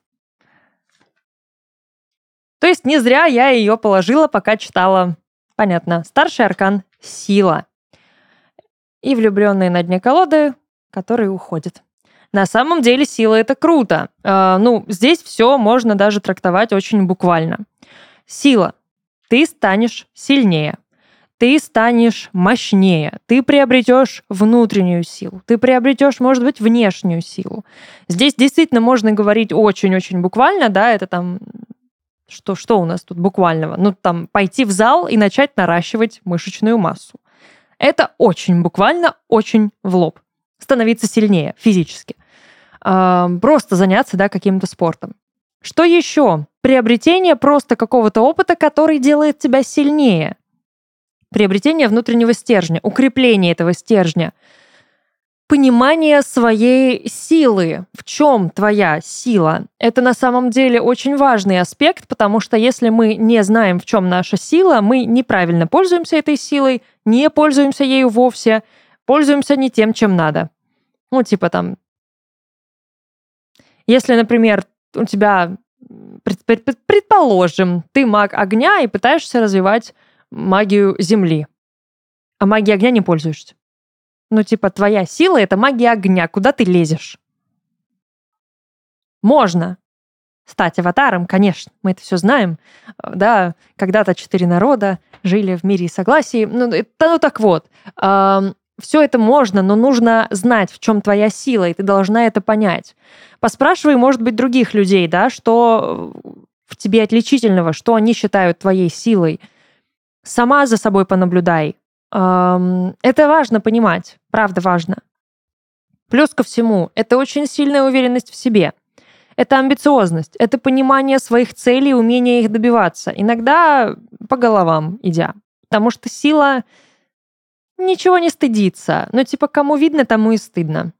То есть не зря я ее положила, пока читала. Понятно. Старший аркан — сила. И влюбленные на дне колоды, которые уходят. На самом деле сила — это круто. Э, ну, здесь все можно даже трактовать очень буквально. Сила. Ты станешь сильнее. Ты станешь мощнее, ты приобретешь внутреннюю силу, ты приобретешь, может быть, внешнюю силу. Здесь действительно можно говорить очень-очень буквально, да, это там, что, что у нас тут буквального? Ну, там, пойти в зал и начать наращивать мышечную массу. Это очень буквально, очень в лоб. Становиться сильнее физически. А, просто заняться, да, каким-то спортом. Что еще? Приобретение просто какого-то опыта, который делает тебя сильнее. Приобретение внутреннего стержня, укрепление этого стержня, понимание своей силы. В чем твоя сила? Это на самом деле очень важный аспект, потому что если мы не знаем, в чем наша сила, мы неправильно пользуемся этой силой, не пользуемся ею вовсе, пользуемся не тем, чем надо. Ну, типа там, если, например, у тебя, предположим, ты маг огня и пытаешься развивать магию земли, а магией огня не пользуешься. Ну, типа, твоя сила — это магия огня. Куда ты лезешь? Можно стать аватаром, конечно, мы это все знаем. Да, когда-то четыре народа жили в мире и согласии. Ну, это, ну так вот, э, все это можно, но нужно знать, в чем твоя сила, и ты должна это понять. Поспрашивай, может быть, других людей, да, что в тебе отличительного, что они считают твоей силой. Сама за собой понаблюдай. Это важно понимать, правда важно. Плюс ко всему, это очень сильная уверенность в себе. Это амбициозность, это понимание своих целей, умение их добиваться. Иногда по головам идя. Потому что сила ничего не стыдится. Ну, типа, кому видно, тому и стыдно.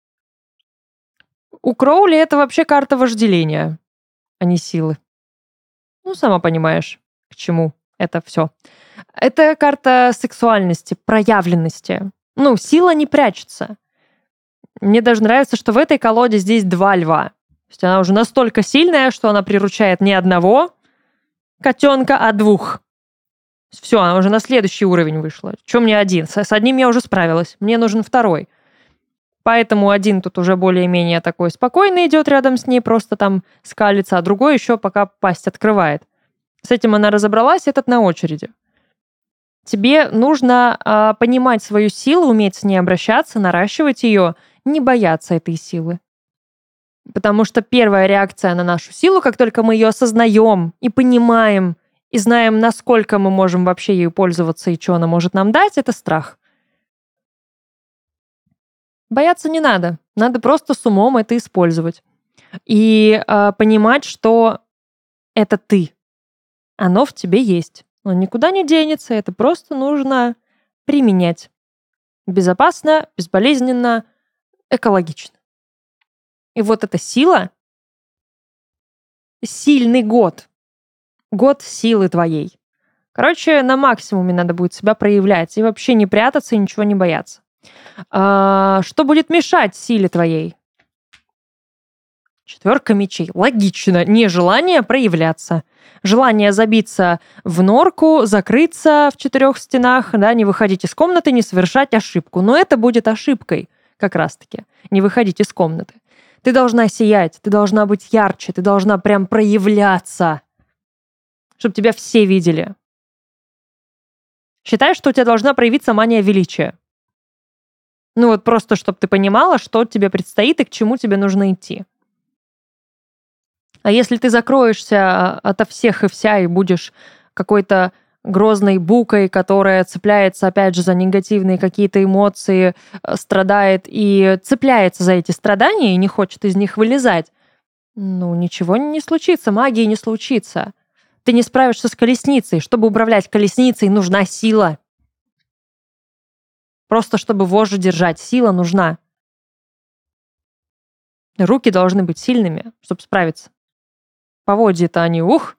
У Кроули это вообще карта вожделения, а не силы. Ну, сама понимаешь, к чему это все. Это карта сексуальности, проявленности. Ну, сила не прячется. Мне даже нравится, что в этой колоде здесь два льва. То есть она уже настолько сильная, что она приручает не одного котенка, а двух. Все, она уже на следующий уровень вышла. Че мне один? С одним я уже справилась. Мне нужен второй. Поэтому один тут уже более-менее такой спокойный идет рядом с ней, просто там скалится, а другой еще пока пасть открывает. С этим она разобралась, этот на очереди. Тебе нужно э, понимать свою силу, уметь с ней обращаться, наращивать ее, не бояться этой силы. Потому что первая реакция на нашу силу, как только мы ее осознаем и понимаем, и знаем, насколько мы можем вообще ею пользоваться и что она может нам дать, это страх. Бояться не надо. Надо просто с умом это использовать. И э, понимать, что это ты. Оно в тебе есть. Он никуда не денется, это просто нужно применять. Безопасно, безболезненно, экологично. И вот эта сила, сильный год, год силы твоей. Короче, на максимуме надо будет себя проявлять и вообще не прятаться и ничего не бояться. А, что будет мешать силе твоей? Четверка мечей. Логично. Нежелание проявляться. Желание забиться в норку, закрыться в четырех стенах, да, не выходить из комнаты, не совершать ошибку. Но это будет ошибкой как раз-таки. Не выходить из комнаты. Ты должна сиять, ты должна быть ярче, ты должна прям проявляться, чтобы тебя все видели. Считай, что у тебя должна проявиться мания величия. Ну вот просто, чтобы ты понимала, что тебе предстоит и к чему тебе нужно идти. А если ты закроешься ото всех и вся и будешь какой-то грозной букой, которая цепляется, опять же, за негативные какие-то эмоции, страдает и цепляется за эти страдания и не хочет из них вылезать, ну, ничего не случится, магии не случится. Ты не справишься с колесницей. Чтобы управлять колесницей, нужна сила. Просто чтобы вожжи держать, сила нужна. Руки должны быть сильными, чтобы справиться. Поводья-то они, ух!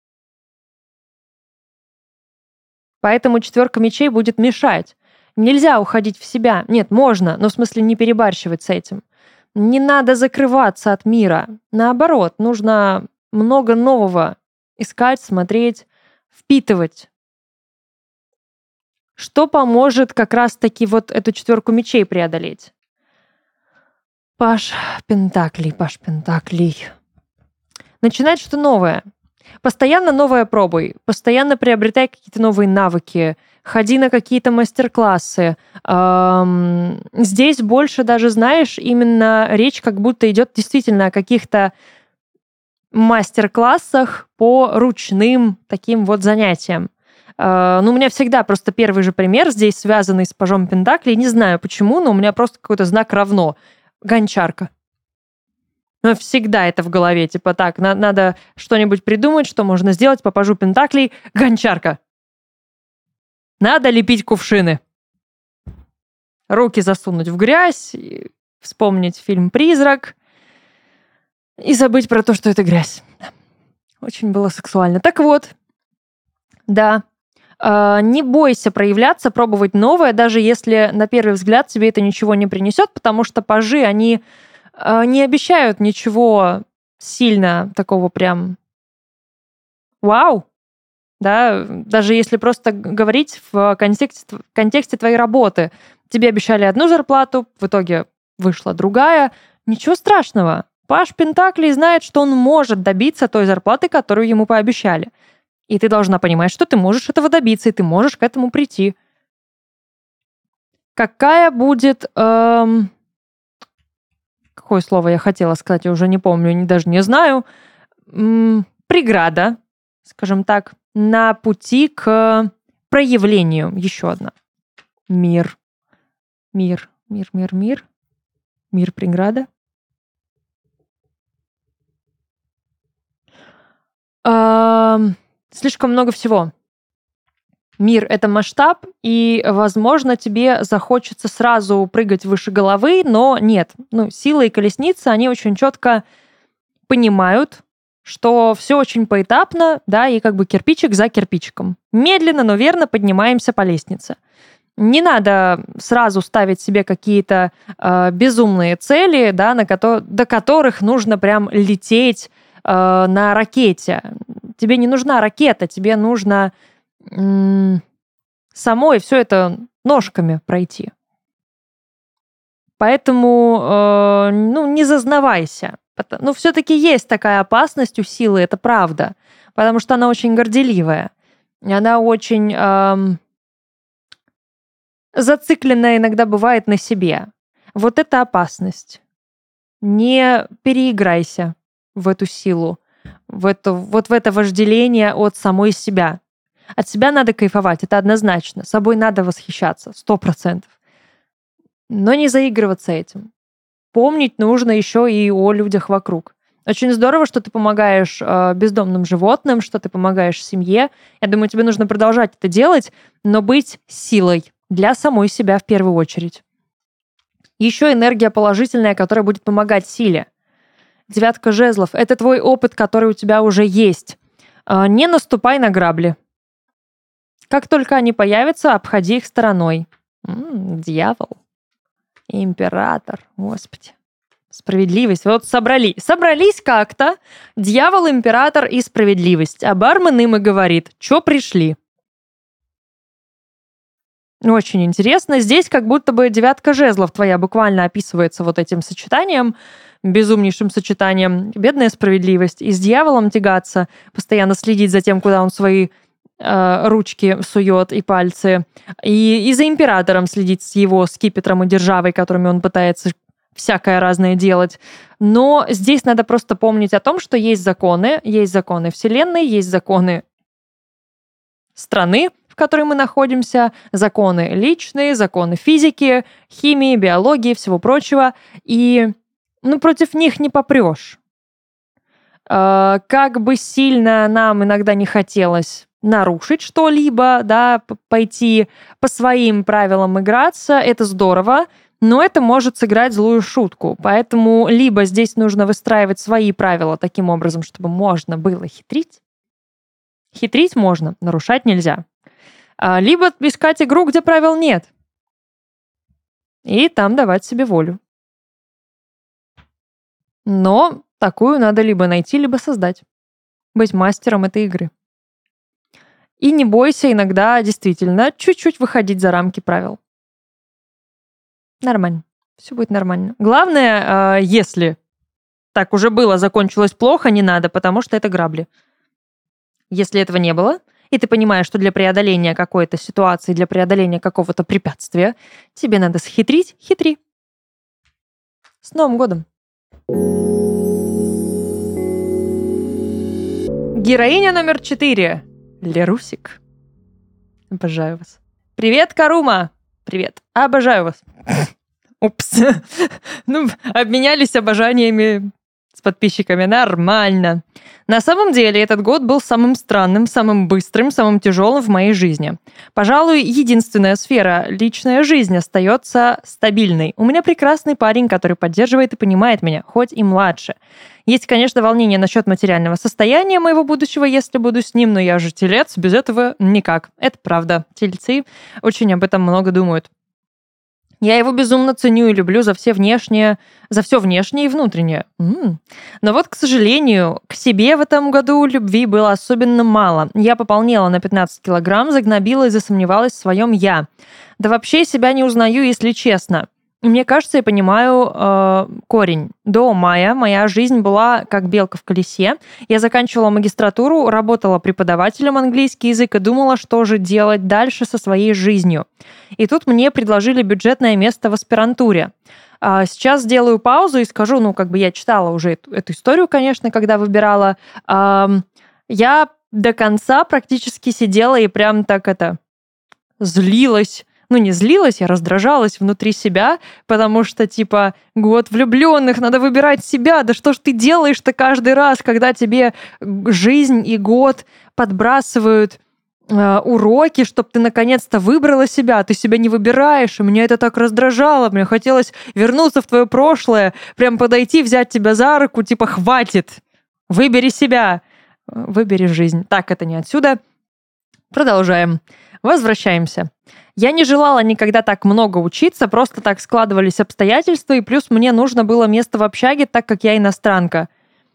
Поэтому четверка мечей будет мешать. Нельзя уходить в себя. Нет, можно, но в смысле не перебарщивать с этим. Не надо закрываться от мира. Наоборот, нужно много нового искать, смотреть, впитывать. Что поможет как раз-таки вот эту четверку мечей преодолеть? Паш Пентаклей, Паш Пентаклей. Начинать что-то новое. Постоянно новое пробуй. Постоянно приобретай какие-то новые навыки. Ходи на какие-то мастер-классы. Эм, здесь больше даже, знаешь, именно речь как будто идет действительно о каких-то мастер-классах по ручным таким вот занятиям. Э, ну, у меня всегда просто первый же пример здесь, связанный с пажом Пентаклей. Не знаю почему, но у меня просто какой-то знак равно. Гончарка. Но всегда это в голове. Типа так, на- надо что-нибудь придумать, что можно сделать по пажу Пентаклей. Гончарка. Надо лепить кувшины. Руки засунуть в грязь, вспомнить фильм «Призрак» и забыть про то, что это грязь. Очень было сексуально. Так вот, да, э, не бойся проявляться, пробовать новое, даже если на первый взгляд тебе это ничего не принесет, потому что пажи, они э, не обещают ничего сильно такого прям вау. Да, даже если просто говорить в контексте, в контексте твоей работы. Тебе обещали одну зарплату, в итоге вышла другая. Ничего страшного. Паж Пентаклей знает, что он может добиться той зарплаты, которую ему пообещали. И ты должна понимать, что ты можешь этого добиться, и ты можешь к этому прийти. Какая будет... Эм... Какое слово я хотела сказать, я уже не помню, не, даже не знаю. М, преграда, скажем так, на пути к проявлению. Еще одна. Мир. Мир, мир, мир, мир. Мир преграда. Ам, слишком много всего. Мир — это масштаб, и, возможно, тебе захочется сразу прыгать выше головы, но нет. Ну, сила и колесница, они очень четко понимают, что все очень поэтапно, да, и как бы кирпичик за кирпичиком. Медленно, но верно поднимаемся по лестнице. Не надо сразу ставить себе какие-то э, безумные цели, да, на кото- до которых нужно прям лететь э, на ракете. Тебе не нужна ракета, тебе нужно м- самой все это ножками пройти. Поэтому э, ну, не зазнавайся. Ну, все-таки есть такая опасность у силы, это правда. Потому что она очень горделивая. Она очень... эм, зацикленная иногда бывает на себе. Вот это опасность. Не переиграйся в эту силу, в это, вот в это вожделение от самой себя. От себя надо кайфовать, это однозначно. Собой надо восхищаться, сто процентов. Но не заигрываться этим. Помнить нужно еще и о людях вокруг. Очень здорово, что ты помогаешь э, бездомным животным, что ты помогаешь семье. Я думаю, тебе нужно продолжать это делать, но быть силой для самой себя в первую очередь. Еще энергия положительная, которая будет помогать силе. Девятка жезлов — это твой опыт, который у тебя уже есть. Э, не наступай на грабли. Как только они появятся, обходи их стороной. М-м, дьявол. Император. Господи. Справедливость. Вот собрались. Собрались как-то. Дьявол, император и справедливость. А бармен им и говорит, чё пришли. Очень интересно. Здесь как будто бы девятка жезлов твоя буквально описывается вот этим сочетанием, безумнейшим сочетанием. Бедная справедливость. И с дьяволом тягаться, постоянно следить за тем, куда он свои э, ручки сует и пальцы. И, и за императором следить с его скипетром и державой, которыми он пытается всякое разное делать. Но здесь надо просто помнить о том, что есть законы, есть законы Вселенной, есть законы страны, в которой мы находимся, законы личные, законы физики, химии, биологии, всего прочего. И ну, против них не попрешь. Э, как бы сильно нам иногда не хотелось нарушить что-либо, да, пойти по своим правилам играться, это здорово, но это может сыграть злую шутку. Поэтому либо здесь нужно выстраивать свои правила таким образом, чтобы можно было хитрить. Хитрить можно, нарушать нельзя. Либо искать игру, где правил нет. И там давать себе волю. Но такую надо либо найти, либо создать. Быть мастером этой игры. И не бойся иногда действительно чуть-чуть выходить за рамки правил. Нормально. Все будет нормально. Главное, если так уже было, закончилось плохо, не надо, потому что это грабли. Если этого не было, и ты понимаешь, что для преодоления какой-то ситуации, для преодоления какого-то препятствия, тебе надо схитрить, хитри. С Новым годом! Героиня номер четыре. Лерусик. Обожаю вас. Привет, Карума! Привет. Обожаю вас. Упс. Ну, обменялись обожаниями с подписчиками. Нормально. На самом деле, этот год был самым странным, самым быстрым, самым тяжелым в моей жизни. Пожалуй, единственная сфера, личная жизнь, остается стабильной. У меня прекрасный парень, который поддерживает и понимает меня, хоть и младше. Есть, конечно, волнение насчет материального состояния моего будущего, если буду с ним, но я же телец, без этого никак. Это правда. Тельцы очень об этом много думают. Я его безумно ценю и люблю за все внешнее, за все внешнее и внутреннее. М-м. Но вот, к сожалению, к себе в этом году любви было особенно мало. Я пополнела на пятнадцать килограмм, загнобила и засомневалась в своем «я». Да вообще себя не узнаю, если честно. И мне кажется, я понимаю э, корень. До мая моя жизнь была как белка в колесе. Я заканчивала магистратуру, работала преподавателем английский язык и думала, что же делать дальше со своей жизнью. И тут мне предложили бюджетное место в аспирантуре. А сейчас сделаю паузу и скажу, ну, как бы я читала уже эту, эту историю, конечно, когда выбирала. А, я до конца практически сидела и прям так это злилась. Ну, не злилась, я раздражалась внутри себя, потому что, типа, год влюбленных, надо выбирать себя. Да что ж ты делаешь-то каждый раз, когда тебе жизнь и год подбрасывают э, уроки, чтобы ты наконец-то выбрала себя, ты себя не выбираешь, и меня это так раздражало, мне хотелось вернуться в твое прошлое, прям подойти, взять тебя за руку, типа, хватит, выбери себя, выбери жизнь. Так, это не отсюда. Продолжаем. Возвращаемся. Я не желала никогда так много учиться, просто так складывались обстоятельства, и плюс мне нужно было место в общаге, так как я иностранка.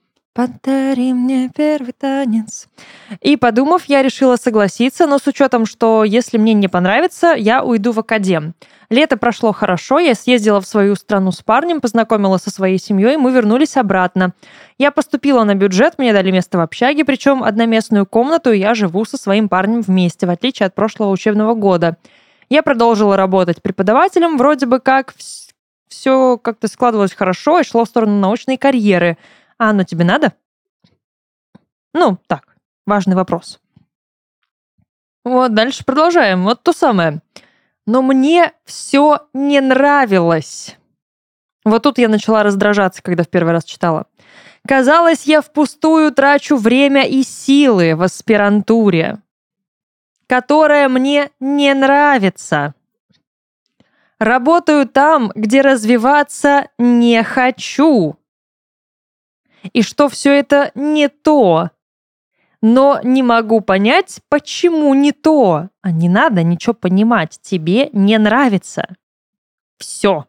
Подари мне первый танец. И подумав, я решила согласиться, но с учетом, что если мне не понравится, я уйду в академ. Лето прошло хорошо, я съездила в свою страну с парнем, познакомилась со своей семьей, мы вернулись обратно. Я поступила на бюджет, мне дали место в общаге, причем одноместную комнату, и я живу со своим парнем вместе, в отличие от прошлого учебного года. Я продолжила работать преподавателем, вроде бы как все как-то складывалось хорошо и шло в сторону научной карьеры. А оно тебе надо? Ну, так, важный вопрос. Вот, дальше продолжаем. Вот то самое. Но мне все не нравилось. Вот тут я начала раздражаться, когда в первый раз читала. Казалось, я впустую трачу время и силы в аспирантуре, которая мне не нравится. Работаю там, где развиваться не хочу. И что все это не то. Но не могу понять, почему не то. А не надо ничего понимать. Тебе не нравится. Все.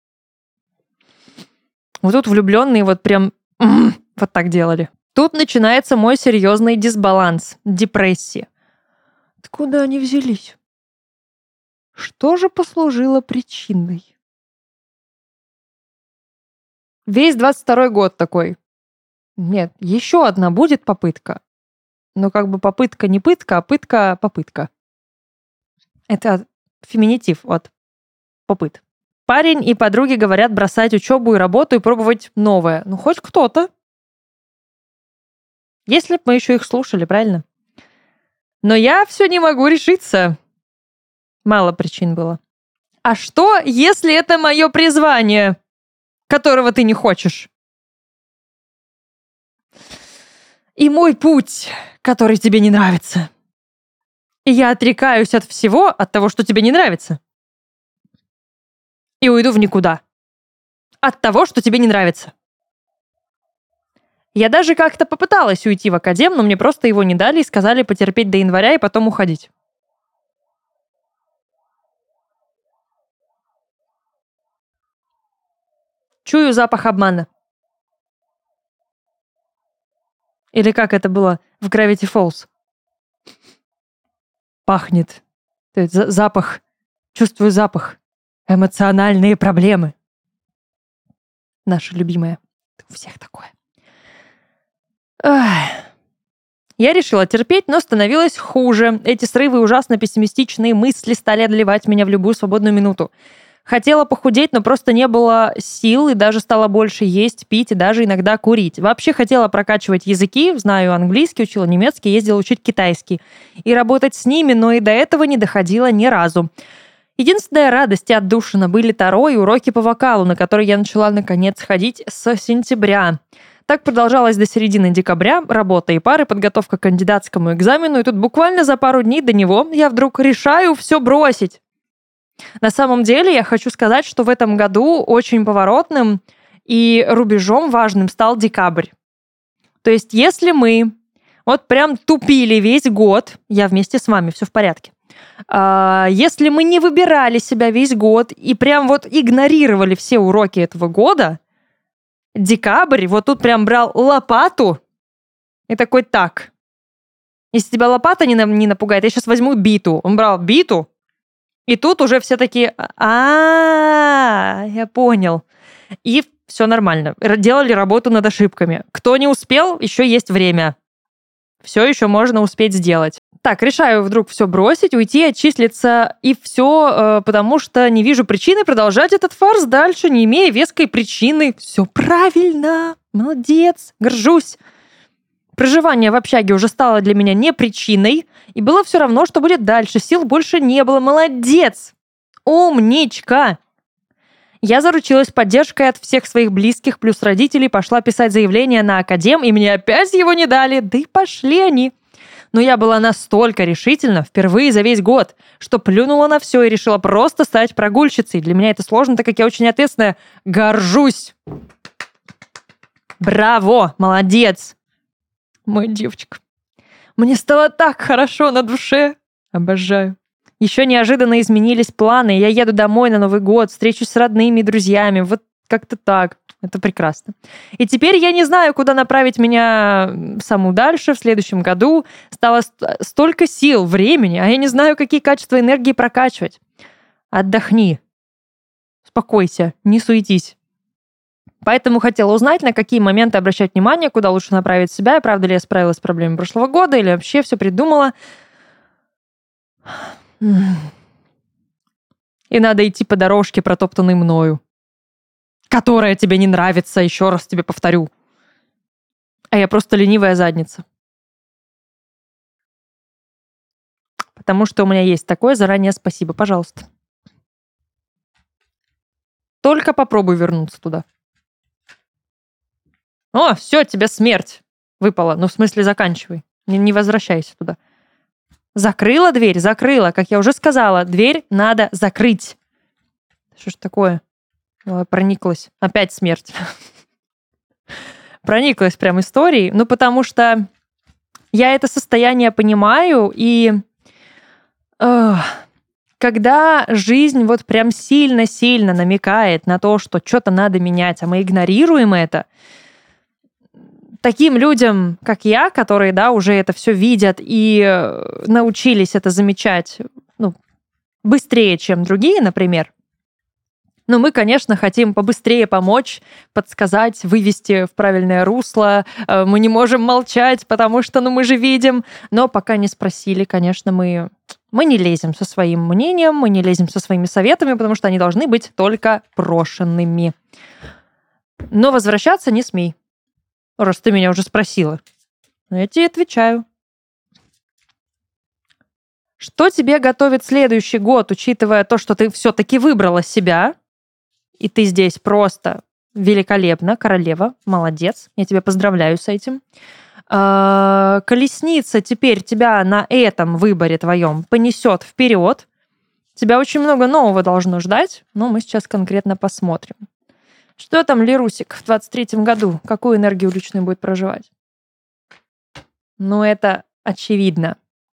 Вот тут влюбленные вот прям вот так делали. Тут начинается мой серьезный дисбаланс, депрессия. Откуда они взялись? Что же послужило причиной? Весь двадцать второй год такой. Нет, еще одна будет попытка. Но как бы попытка не пытка, а пытка попытка. Это феминитив от попыт. Парень и подруги говорят бросать учебу и работу и пробовать новое. Ну, хоть кто-то. Если бы мы еще их слушали, правильно? Но я все не могу решиться. Мало причин было. А что, если это мое призвание, которого ты не хочешь? И мой путь, который тебе не нравится. И я отрекаюсь от всего, от того, что тебе не нравится. И уйду в никуда. От того, что тебе не нравится. Я даже как-то попыталась уйти в академ, но мне просто его не дали и сказали потерпеть до января и потом уходить. Чую запах обмана. Или как это было в Gravity Falls? Пахнет. Запах. Чувствую запах. Эмоциональные проблемы. Наша любимая. У всех такое. Ах. Я решила терпеть, но становилось хуже. Эти срывы и ужасно пессимистичные мысли стали одолевать меня в любую свободную минуту. Хотела похудеть, но просто не было сил, и даже стала больше есть, пить и даже иногда курить. Вообще хотела прокачивать языки, знаю английский, учила немецкий, ездила учить китайский. И работать с ними, но и до этого не доходила ни разу. Единственная радость и отдушина были таро и уроки по вокалу, на которые я начала наконец ходить с сентября. Так продолжалось до середины декабря, работа и пары, подготовка к кандидатскому экзамену, и тут буквально за пару дней до него я вдруг решаю все бросить. На самом деле я хочу сказать, что в этом году очень поворотным и рубежом важным стал декабрь. То есть если мы вот прям тупили весь год, я вместе с вами, все в порядке, если мы не выбирали себя весь год и прям вот игнорировали все уроки этого года, декабрь вот тут прям брал лопату и такой, так, если тебя лопата не, не напугает, я сейчас возьму биту. Он брал биту, и тут уже все такие, а, я понял. И все нормально. Делали работу над ошибками. Кто не успел, еще есть время. Все еще можно успеть сделать. Так, решаю вдруг все бросить, уйти, отчислиться, и все, потому что не вижу причины продолжать этот фарс дальше, не имея веской причины. Все правильно, молодец, горжусь. Проживание в общаге уже стало для меня не причиной, и было все равно, что будет дальше. Сил больше не было. Молодец! Умничка! Я заручилась поддержкой от всех своих близких, плюс родителей, пошла писать заявление на академ, и мне опять его не дали. Да и пошли они. Но я была настолько решительна, впервые за весь год, что плюнула на все и решила просто стать прогульщицей. Для меня это сложно, так как я очень ответственная. Горжусь! Браво! Молодец! Мой девочка. Мне стало так хорошо на душе. Обожаю. Еще неожиданно изменились планы. Я еду домой на Новый год, встречусь с родными и друзьями. Вот как-то так. Это прекрасно. И теперь я не знаю, куда направить меня саму дальше в следующем году. Стало столько сил, времени, а я не знаю, какие качества энергии прокачивать. Отдохни. Успокойся, не суетись. Поэтому хотела узнать, на какие моменты обращать внимание, куда лучше направить себя, и правда ли я справилась с проблемами прошлого года, или вообще все придумала. и надо идти по дорожке, протоптанной мною, которая тебе не нравится, еще раз тебе повторю. А я просто ленивая задница. Потому что у меня есть такое, заранее спасибо, пожалуйста. Только попробуй вернуться туда. О, все, тебе смерть выпала. Ну, в смысле, заканчивай. Не, не возвращайся туда. Закрыла дверь? Закрыла. Как я уже сказала, дверь надо закрыть. Что ж такое? Ой, прониклась. Опять смерть. Прониклась прям историей. Ну, потому что я это состояние понимаю, и э, когда жизнь вот прям сильно-сильно намекает на то, что что-то надо менять, а мы игнорируем это, таким людям, как я, которые, да, уже это все видят и научились это замечать, ну, быстрее, чем другие, например, но мы, конечно, хотим побыстрее помочь, подсказать, вывести в правильное русло. Мы не можем молчать, потому что, ну, мы же видим. Но пока не спросили, конечно, мы, мы не лезем со своим мнением, мы не лезем со своими советами, потому что они должны быть только брошенными. Но возвращаться не смей. Раз ты меня уже спросила. Я тебе отвечаю. Что тебе готовит следующий год, учитывая то, что ты все-таки выбрала себя, и ты здесь просто великолепна, королева, молодец, я тебя поздравляю с этим. Колесница теперь тебя на этом выборе твоем понесет вперед. Тебя очень много нового должно ждать, но мы сейчас конкретно посмотрим. Что там Лерусик в двадцать третьем году? Какую энергию личную будет проживать? Ну, это очевидно.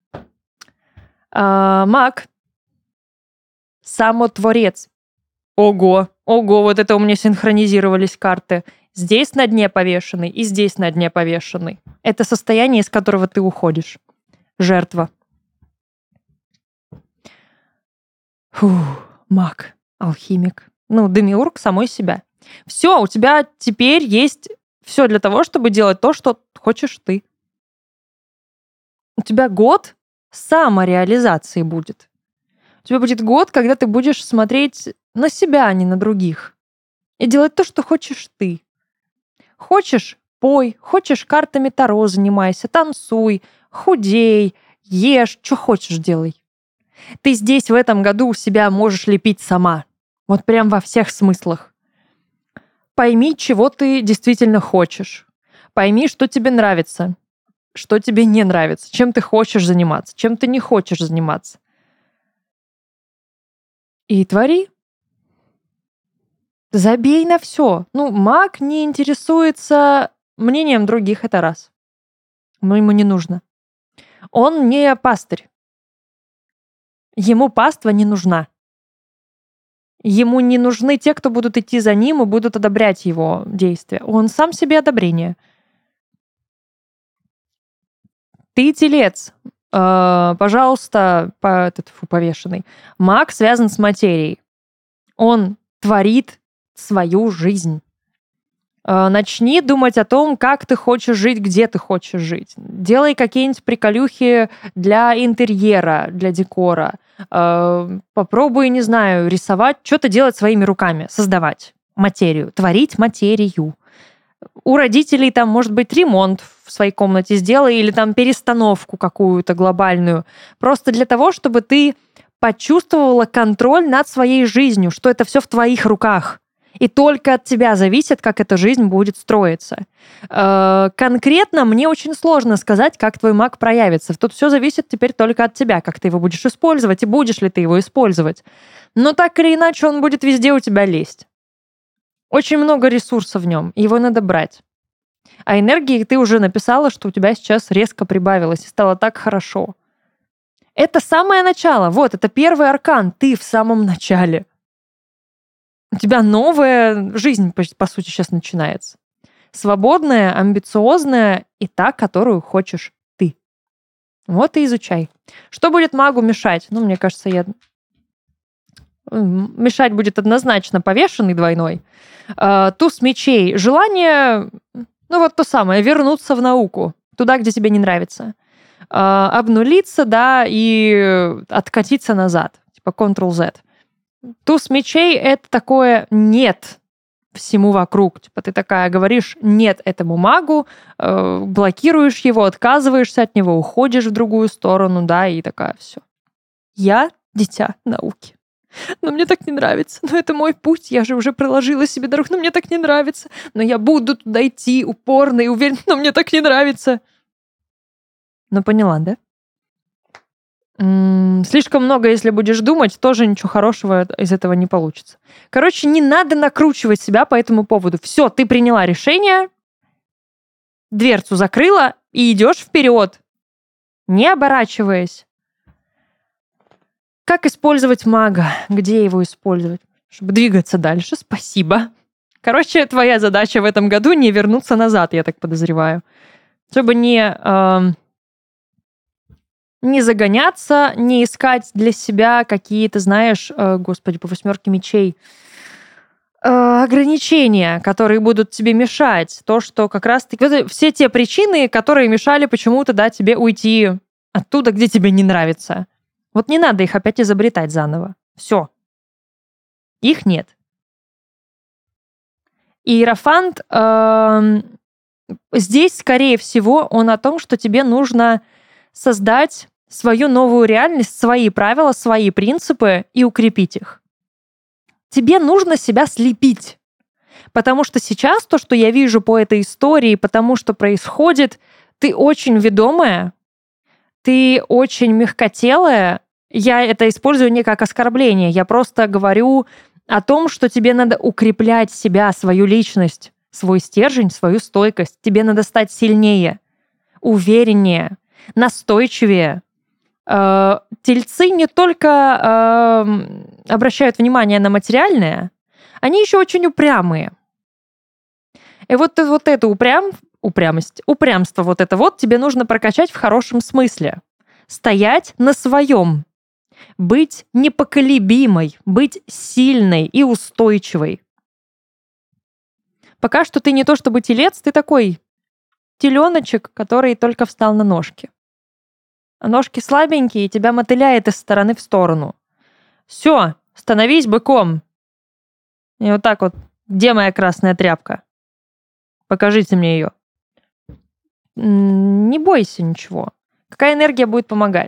А, маг. Самотворец. Ого, ого, вот это у меня синхронизировались карты. Здесь на дне повешенный и здесь на дне повешенный. Это состояние, из которого ты уходишь. Жертва. Фух, маг, алхимик. Ну, демиург самой себя. Все, у тебя теперь есть все для того, чтобы делать то, что хочешь ты. У тебя год самореализации будет. У тебя будет год, когда ты будешь смотреть на себя, а не на других. И делать то, что хочешь ты. Хочешь — пой, хочешь — картами Таро занимайся, танцуй, худей, ешь, что хочешь делай. Ты здесь в этом году себя можешь лепить сама. Вот прям во всех смыслах. Пойми, чего ты действительно хочешь. Пойми, что тебе нравится, что тебе не нравится, чем ты хочешь заниматься, чем ты не хочешь заниматься. И твори. Забей на все. Ну, маг не интересуется мнением других, это раз. Но ему не нужно. Он не пастырь. Ему паства не нужна. Ему не нужны те, кто будут идти за ним и будут одобрять его действия. Он сам себе одобрение. Ты телец. Э, пожалуйста, по, этот, фу, повешенный. Маг связан с материей. Он творит свою жизнь. Э, начни думать о том, как ты хочешь жить, где ты хочешь жить. Делай какие-нибудь приколюхи для интерьера, для декора. Э, попробуй, не знаю, рисовать, что-то делать своими руками, создавать материю, творить материю. У родителей там, может быть, ремонт в своей комнате сделай или там перестановку какую-то глобальную. Просто для того, чтобы ты почувствовала контроль над своей жизнью, что это все в твоих руках. И только от тебя зависит, как эта жизнь будет строиться. Э, конкретно мне очень сложно сказать, как твой маг проявится. Тут все зависит теперь только от тебя, как ты его будешь использовать и будешь ли ты его использовать. Но так или иначе он будет везде у тебя лезть. Очень много ресурсов в нем, его надо брать. А энергии ты уже написала, что у тебя сейчас резко прибавилось и стало так хорошо. Это самое начало. Вот, это первый аркан. Ты в самом начале. У тебя новая жизнь, по сути, сейчас начинается. Свободная, амбициозная и та, которую хочешь ты. Вот и изучай. Что будет магу мешать? Ну, мне кажется, я... Мешать будет однозначно повешенный двойной. Uh, туз мечей. Желание, ну вот то самое, вернуться в науку. Туда, где тебе не нравится. Uh, обнулиться, да, и откатиться назад. Типа контрол зет. Туз мечей — это такое «нет» всему вокруг. Типа ты такая говоришь «нет» этому магу, э, блокируешь его, отказываешься от него, уходишь в другую сторону, да, и такая все. Я дитя науки. Но мне так не нравится. Но это мой путь, я же уже проложила себе дорогу, но мне так не нравится. Но я буду туда идти упорно и уверенно, но мне так не нравится. Ну, поняла, да? М-м, слишком много, если будешь думать, тоже ничего хорошего из этого не получится. Короче, не надо накручивать себя по этому поводу. Все, ты приняла решение, дверцу закрыла и идешь вперед, не оборачиваясь. Как использовать мага? Где его использовать? Чтобы двигаться дальше. Спасибо. Короче, твоя задача в этом году не вернуться назад, я так подозреваю. Чтобы не, э, не загоняться, не искать для себя какие-то, знаешь, э, господи, по восьмерке мечей, э, ограничения, которые будут тебе мешать. То, что как раз-таки... Все те причины, которые мешали почему-то, да, тебе уйти оттуда, где тебе не нравится. Вот не надо их опять изобретать заново. Все. Их нет. И Иерофант э, здесь, скорее всего, он о том, что тебе нужно создать свою новую реальность, свои правила, свои принципы и укрепить их. Тебе нужно себя слепить. Потому что сейчас то, что я вижу по этой истории, потому что происходит, ты очень ведомая, ты очень мягкотелая. Я это использую не как оскорбление. Я просто говорю о том, что тебе надо укреплять себя, свою личность, свой стержень, свою стойкость. Тебе надо стать сильнее, увереннее, настойчивее. Э, тельцы не только э, обращают внимание на материальное, они еще очень упрямые. И вот, вот эту упрям, упрямость, упрямство вот это вот тебе нужно прокачать в хорошем смысле. Стоять на своем. Быть непоколебимой, быть сильной и устойчивой. Пока что ты не то чтобы телец, ты такой теленочек, который только встал на ножки. А ножки слабенькие, и тебя мотыляет из стороны в сторону. Все, становись быком. И вот так вот, где моя красная тряпка? Покажите мне ее. Не бойся ничего. Какая энергия будет помогать?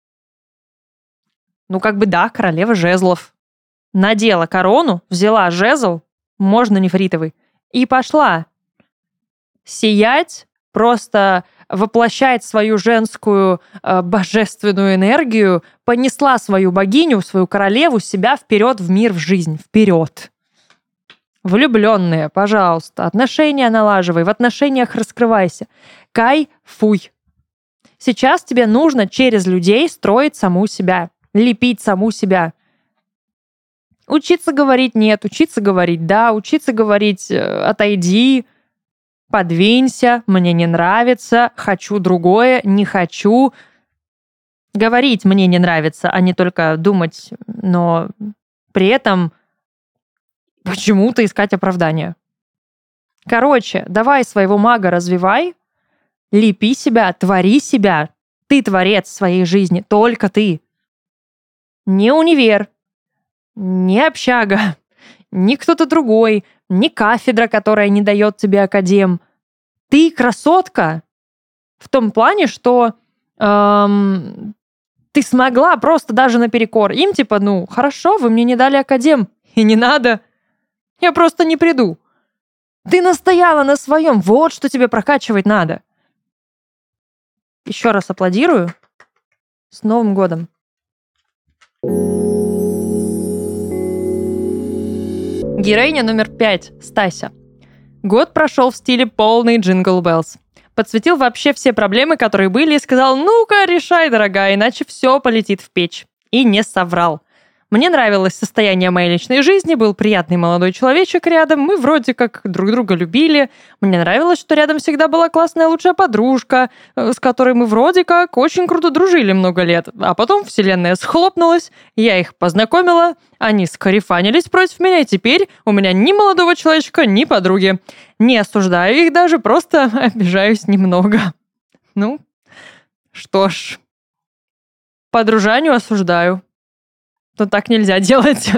Ну, как бы да, королева жезлов. Надела корону, взяла жезл, можно нефритовый, и пошла сиять, просто воплощать свою женскую э, божественную энергию, понесла свою богиню, свою королеву, себя вперед в мир, в жизнь, вперед. Влюбленные, пожалуйста, отношения налаживай, в отношениях раскрывайся. Кайфуй. Сейчас тебе нужно через людей строить саму себя, лепить саму себя. Учиться говорить нет, учиться говорить да, учиться говорить отойди, подвинься, мне не нравится, хочу другое, не хочу. Говорить мне не нравится, а не только думать, но при этом почему-то искать оправдания. Короче, давай своего мага развивай, лепи себя, твори себя. Ты творец своей жизни, только ты. Не универ, не общага, не кто-то другой, не кафедра, которая не дает тебе академ. Ты красотка в том плане, что эм, ты смогла просто даже наперекор им, типа, ну, хорошо, вы мне не дали академ, и не надо, я просто не приду. Ты настояла на своем, вот что тебе прокачивать надо. Еще раз аплодирую. С Новым годом. Героиня номер пять. Стася. Год прошел в стиле полный Jingle Bells. Подсветил вообще все проблемы, которые были, и сказал: ну-ка, решай, дорогая, иначе все полетит в печь. И не соврал. Мне нравилось состояние моей личной жизни, был приятный молодой человечек рядом, мы вроде как друг друга любили. Мне нравилось, что рядом всегда была классная лучшая подружка, с которой мы вроде как очень круто дружили много лет. А потом вселенная схлопнулась, я их познакомила, они скарифанились против меня, и теперь у меня ни молодого человечка, ни подруги. Не осуждаю их даже, просто обижаюсь немного. Ну, что ж, по дружанию осуждаю. то так нельзя делать.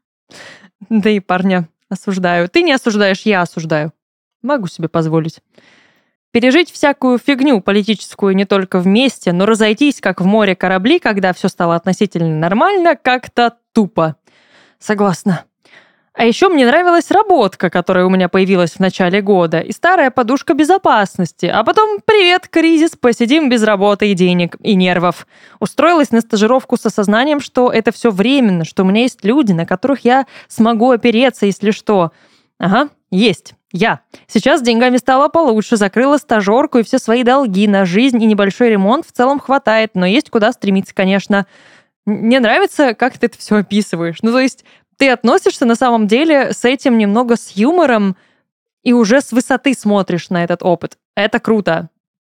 Да и парня осуждаю. Ты не осуждаешь, я осуждаю. Могу себе позволить. Пережить всякую фигню политическую не только вместе, но разойтись, как в море корабли, когда все стало относительно нормально, как-то тупо. Согласна. А еще мне нравилась работка, которая у меня появилась в начале года, и старая подушка безопасности. А потом, привет, кризис, посидим без работы и денег, и нервов. Устроилась на стажировку с осознанием, что это все временно, что у меня есть люди, на которых я смогу опереться, если что. Ага, есть. Я. Сейчас с деньгами стало получше, закрыла стажерку и все свои долги на жизнь и небольшой ремонт в целом хватает, но есть куда стремиться, конечно. Мне нравится, как ты это все описываешь. Ну, то есть ты относишься на самом деле с этим немного с юмором и уже с высоты смотришь на этот опыт. Это круто.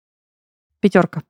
Пятерка.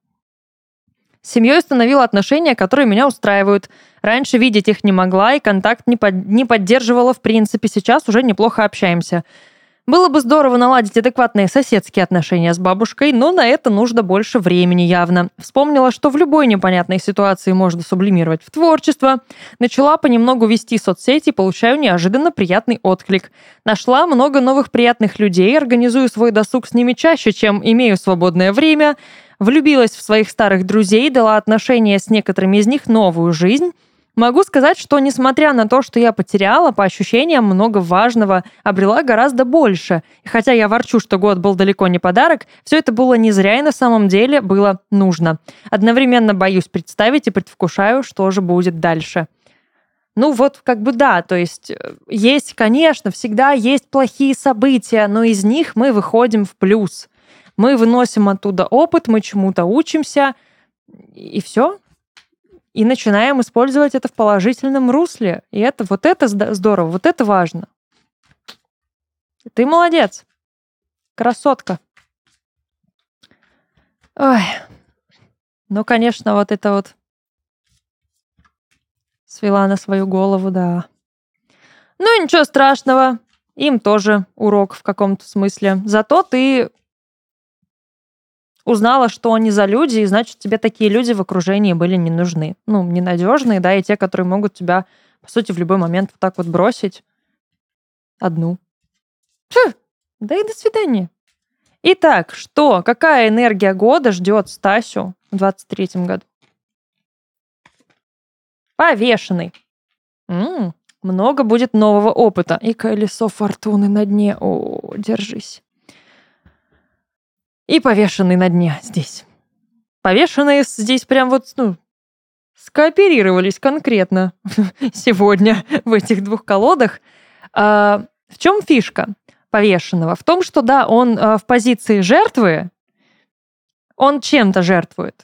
С семьей установила отношения, которые меня устраивают. Раньше видеть их не могла и контакт не, под... не поддерживала в принципе. Сейчас уже неплохо общаемся. Было бы здорово наладить адекватные соседские отношения с бабушкой, но на это нужно больше времени явно. Вспомнила, что в любой непонятной ситуации можно сублимировать в творчество. Начала понемногу вести соцсети, получаю неожиданно приятный отклик. Нашла много новых приятных людей, организую свой досуг с ними чаще, чем имею свободное время. Влюбилась в своих старых друзей, дала отношения с некоторыми из них новую жизнь. Могу сказать, что, несмотря на то, что я потеряла, по ощущениям много важного обрела гораздо больше. И хотя я ворчу, что год был далеко не подарок, все это было не зря и на самом деле было нужно. Одновременно боюсь представить и предвкушаю, что же будет дальше. Ну вот, как бы да, то есть есть, конечно, всегда есть плохие события, но из них мы выходим в плюс. Мы выносим оттуда опыт, мы чему-то учимся, и все. И начинаем использовать это в положительном русле. И это вот это здорово, вот это важно. Ты молодец. Красотка. Ой. Ну, конечно, вот это вот свела на свою голову, да. Ну, ничего страшного. Им тоже урок в каком-то смысле. Зато ты узнала, что они за люди, и значит, тебе такие люди в окружении были не нужны. Ну, ненадежные, да, и те, которые могут тебя, по сути, в любой момент вот так вот бросить одну. Фу, да и до свидания. Итак, что, какая энергия года ждет Стасю в двадцать третьем году? Повешенный. М-м, много будет нового опыта. И колесо фортуны на дне. О, держись. И повешенный на дне здесь. Повешенные здесь прям вот, ну, скооперировались конкретно сегодня в этих двух колодах. А, в чем фишка повешенного? В том, что, да, он а, в позиции жертвы, он чем-то жертвует,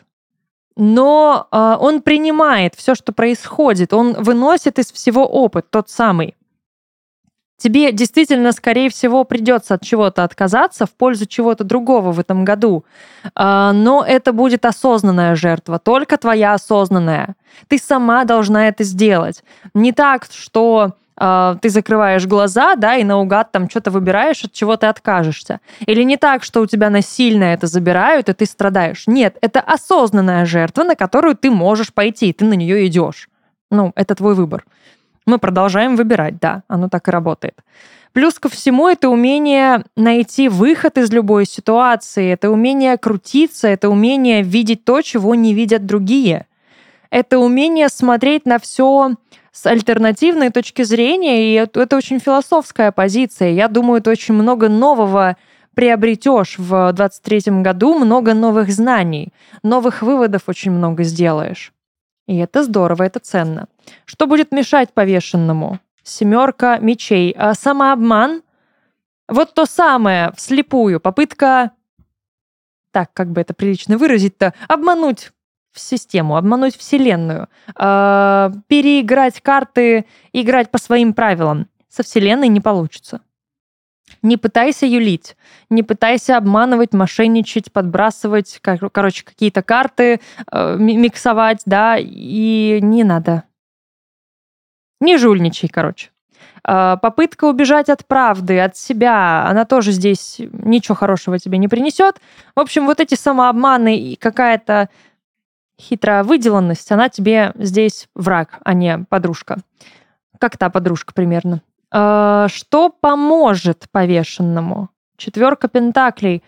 но а, он принимает все, что происходит, он выносит из всего опыт, тот самый. Тебе действительно, скорее всего, придется от чего-то отказаться в пользу чего-то другого в этом году. Но это будет осознанная жертва, только твоя осознанная. Ты сама должна это сделать. Не так, что ты закрываешь глаза, да, и наугад там что-то выбираешь, от чего ты откажешься. Или не так, что у тебя насильно это забирают, и ты страдаешь. Нет, это осознанная жертва, на которую ты можешь пойти, ты на нее идешь. Ну, это твой выбор. Мы продолжаем выбирать, да, оно так и работает. Плюс ко всему, это умение найти выход из любой ситуации, это умение крутиться, это умение видеть то, чего не видят другие. Это умение смотреть на все с альтернативной точки зрения, и это очень философская позиция. Я думаю, ты очень много нового приобретешь в двадцать третьем году, много новых знаний, новых выводов очень много сделаешь. И это здорово, это ценно. Что будет мешать повешенному? Семерка мечей. А самообман? Вот то самое, вслепую. Попытка, так, как бы это прилично выразить-то, обмануть систему, обмануть Вселенную. Э, переиграть карты, играть по своим правилам. Со Вселенной не получится. Не пытайся юлить, не пытайся обманывать, мошенничать, подбрасывать, кор- короче, какие-то карты э, миксовать, да, и не надо. Не жульничай, короче. Э, попытка убежать от правды, от себя, она тоже здесь ничего хорошего тебе не принесет. В общем, вот эти самообманы и какая-то хитрая выделанность, она тебе здесь враг, а не подружка. Как та подружка примерно. Э, что поможет повешенному? Четверка пентаклей.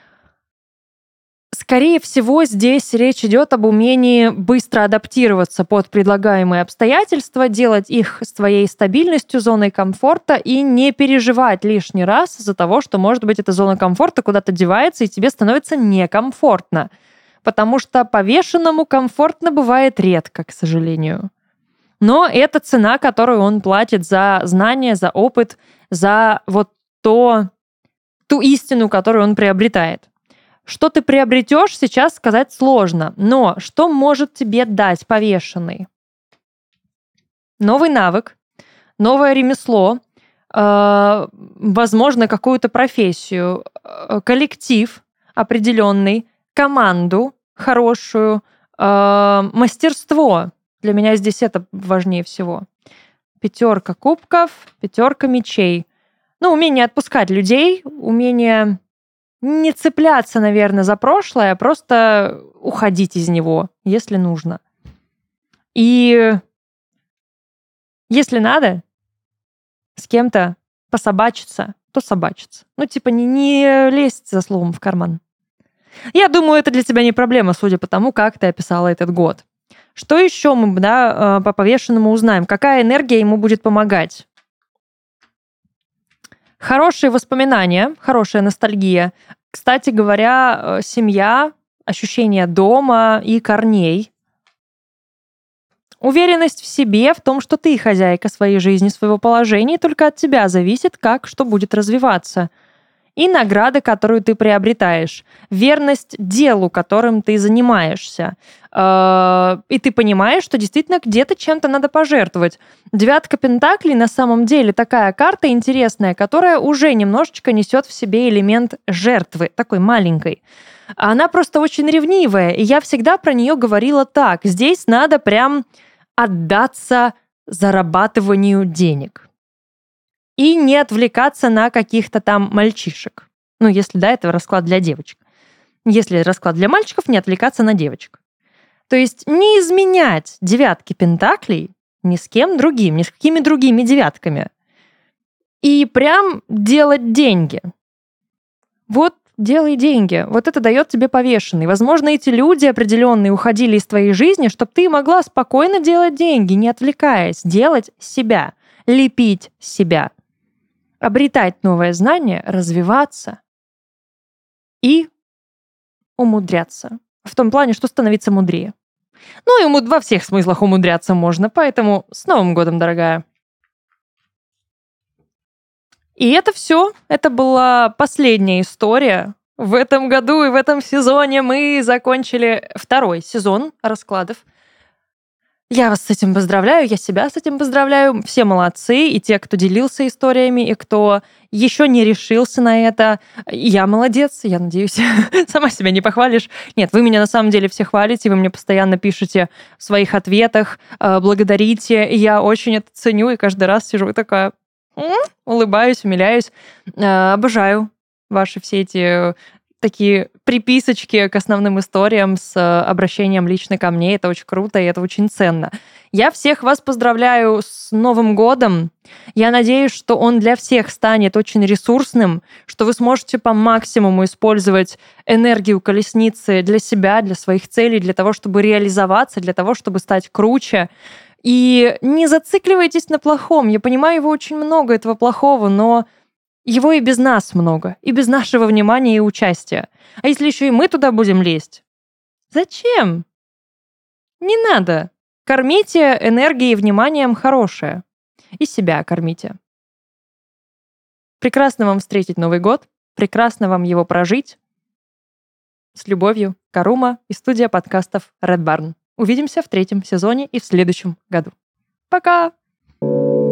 Скорее всего, здесь речь идет об умении быстро адаптироваться под предлагаемые обстоятельства, делать их с твоей стабильностью, зоной комфорта и не переживать лишний раз из-за того, что, может быть, эта зона комфорта куда-то девается, и тебе становится некомфортно. Потому что повешенному комфортно бывает редко, к сожалению. Но это цена, которую он платит за знания, за опыт, за вот то, ту истину, которую он приобретает. Что ты приобретешь, сейчас сказать сложно. Но что может тебе дать повешенный? Новый навык, новое ремесло, э, возможно, какую-то профессию, э, коллектив определенный, команду хорошую, э, мастерство. Для меня здесь это важнее всего. Пятерка кубков, пятерка мечей. Ну, умение отпускать людей, умение не цепляться, наверное, за прошлое, а просто уходить из него, если нужно. И если надо с кем-то пособачиться, то собачиться. Ну, типа, не, не лезть за словом в карман. Я думаю, это для тебя не проблема, судя по тому, как ты описала этот год. Что еще мы, да, по повешенному узнаем? Какая энергия ему будет помогать? Хорошие воспоминания, хорошая ностальгия. Кстати говоря, семья, ощущение дома и корней. Уверенность в себе, в том, что ты хозяйка своей жизни, своего положения, и только от тебя зависит, как что будет развиваться. И награды, которую ты приобретаешь. Верность делу, которым ты занимаешься. И ты понимаешь, что действительно где-то чем-то надо пожертвовать. Девятка пентаклей на самом деле такая карта интересная, которая уже немножечко несет в себе элемент жертвы, такой маленькой. Она просто очень ревнивая, и я всегда про нее говорила так. Здесь надо прям отдаться зарабатыванию денег. И не отвлекаться на каких-то там мальчишек. Ну, если, да, это расклад для девочек. Если расклад для мальчиков, не отвлекаться на девочек. То есть не изменять девятки пентаклей ни с кем другим, ни с какими другими девятками. И прям делать деньги. Вот делай деньги. Вот это дает тебе повешенный. Возможно, эти люди определенные уходили из твоей жизни, чтобы ты могла спокойно делать деньги, не отвлекаясь, делать себя, лепить себя. Обретать новое знание, развиваться и умудряться. В том плане, что становиться мудрее. Ну и во всех смыслах умудряться можно, поэтому с Новым годом, дорогая. И это все. Это была последняя история. В этом году и в этом сезоне мы закончили второй сезон раскладов. Я вас с этим поздравляю, я себя с этим поздравляю. Все молодцы, и те, кто делился историями, и кто еще не решился на это. Я молодец, я надеюсь, сама себя не похвалишь. Нет, вы меня на самом деле все хвалите, вы мне постоянно пишете в своих ответах, благодарите. И я очень это ценю, и каждый раз сижу и такая, улыбаюсь, умиляюсь. Обожаю ваши все эти такие приписочки к основным историям с обращением лично ко мне. Это очень круто, и это очень ценно. Я всех вас поздравляю с Новым годом. Я надеюсь, что он для всех станет очень ресурсным, что вы сможете по максимуму использовать энергию колесницы для себя, для своих целей, для того, чтобы реализоваться, для того, чтобы стать круче. И не зацикливайтесь на плохом. Я понимаю, его очень много, этого плохого, но его и без нас много, и без нашего внимания и участия. А если еще и мы туда будем лезть? Зачем? Не надо. Кормите энергией и вниманием хорошее. И себя кормите. Прекрасно вам встретить Новый год. Прекрасно вам его прожить. С любовью, Карума и студия подкастов Red Barn. Увидимся в третьем сезоне и в следующем году. Пока!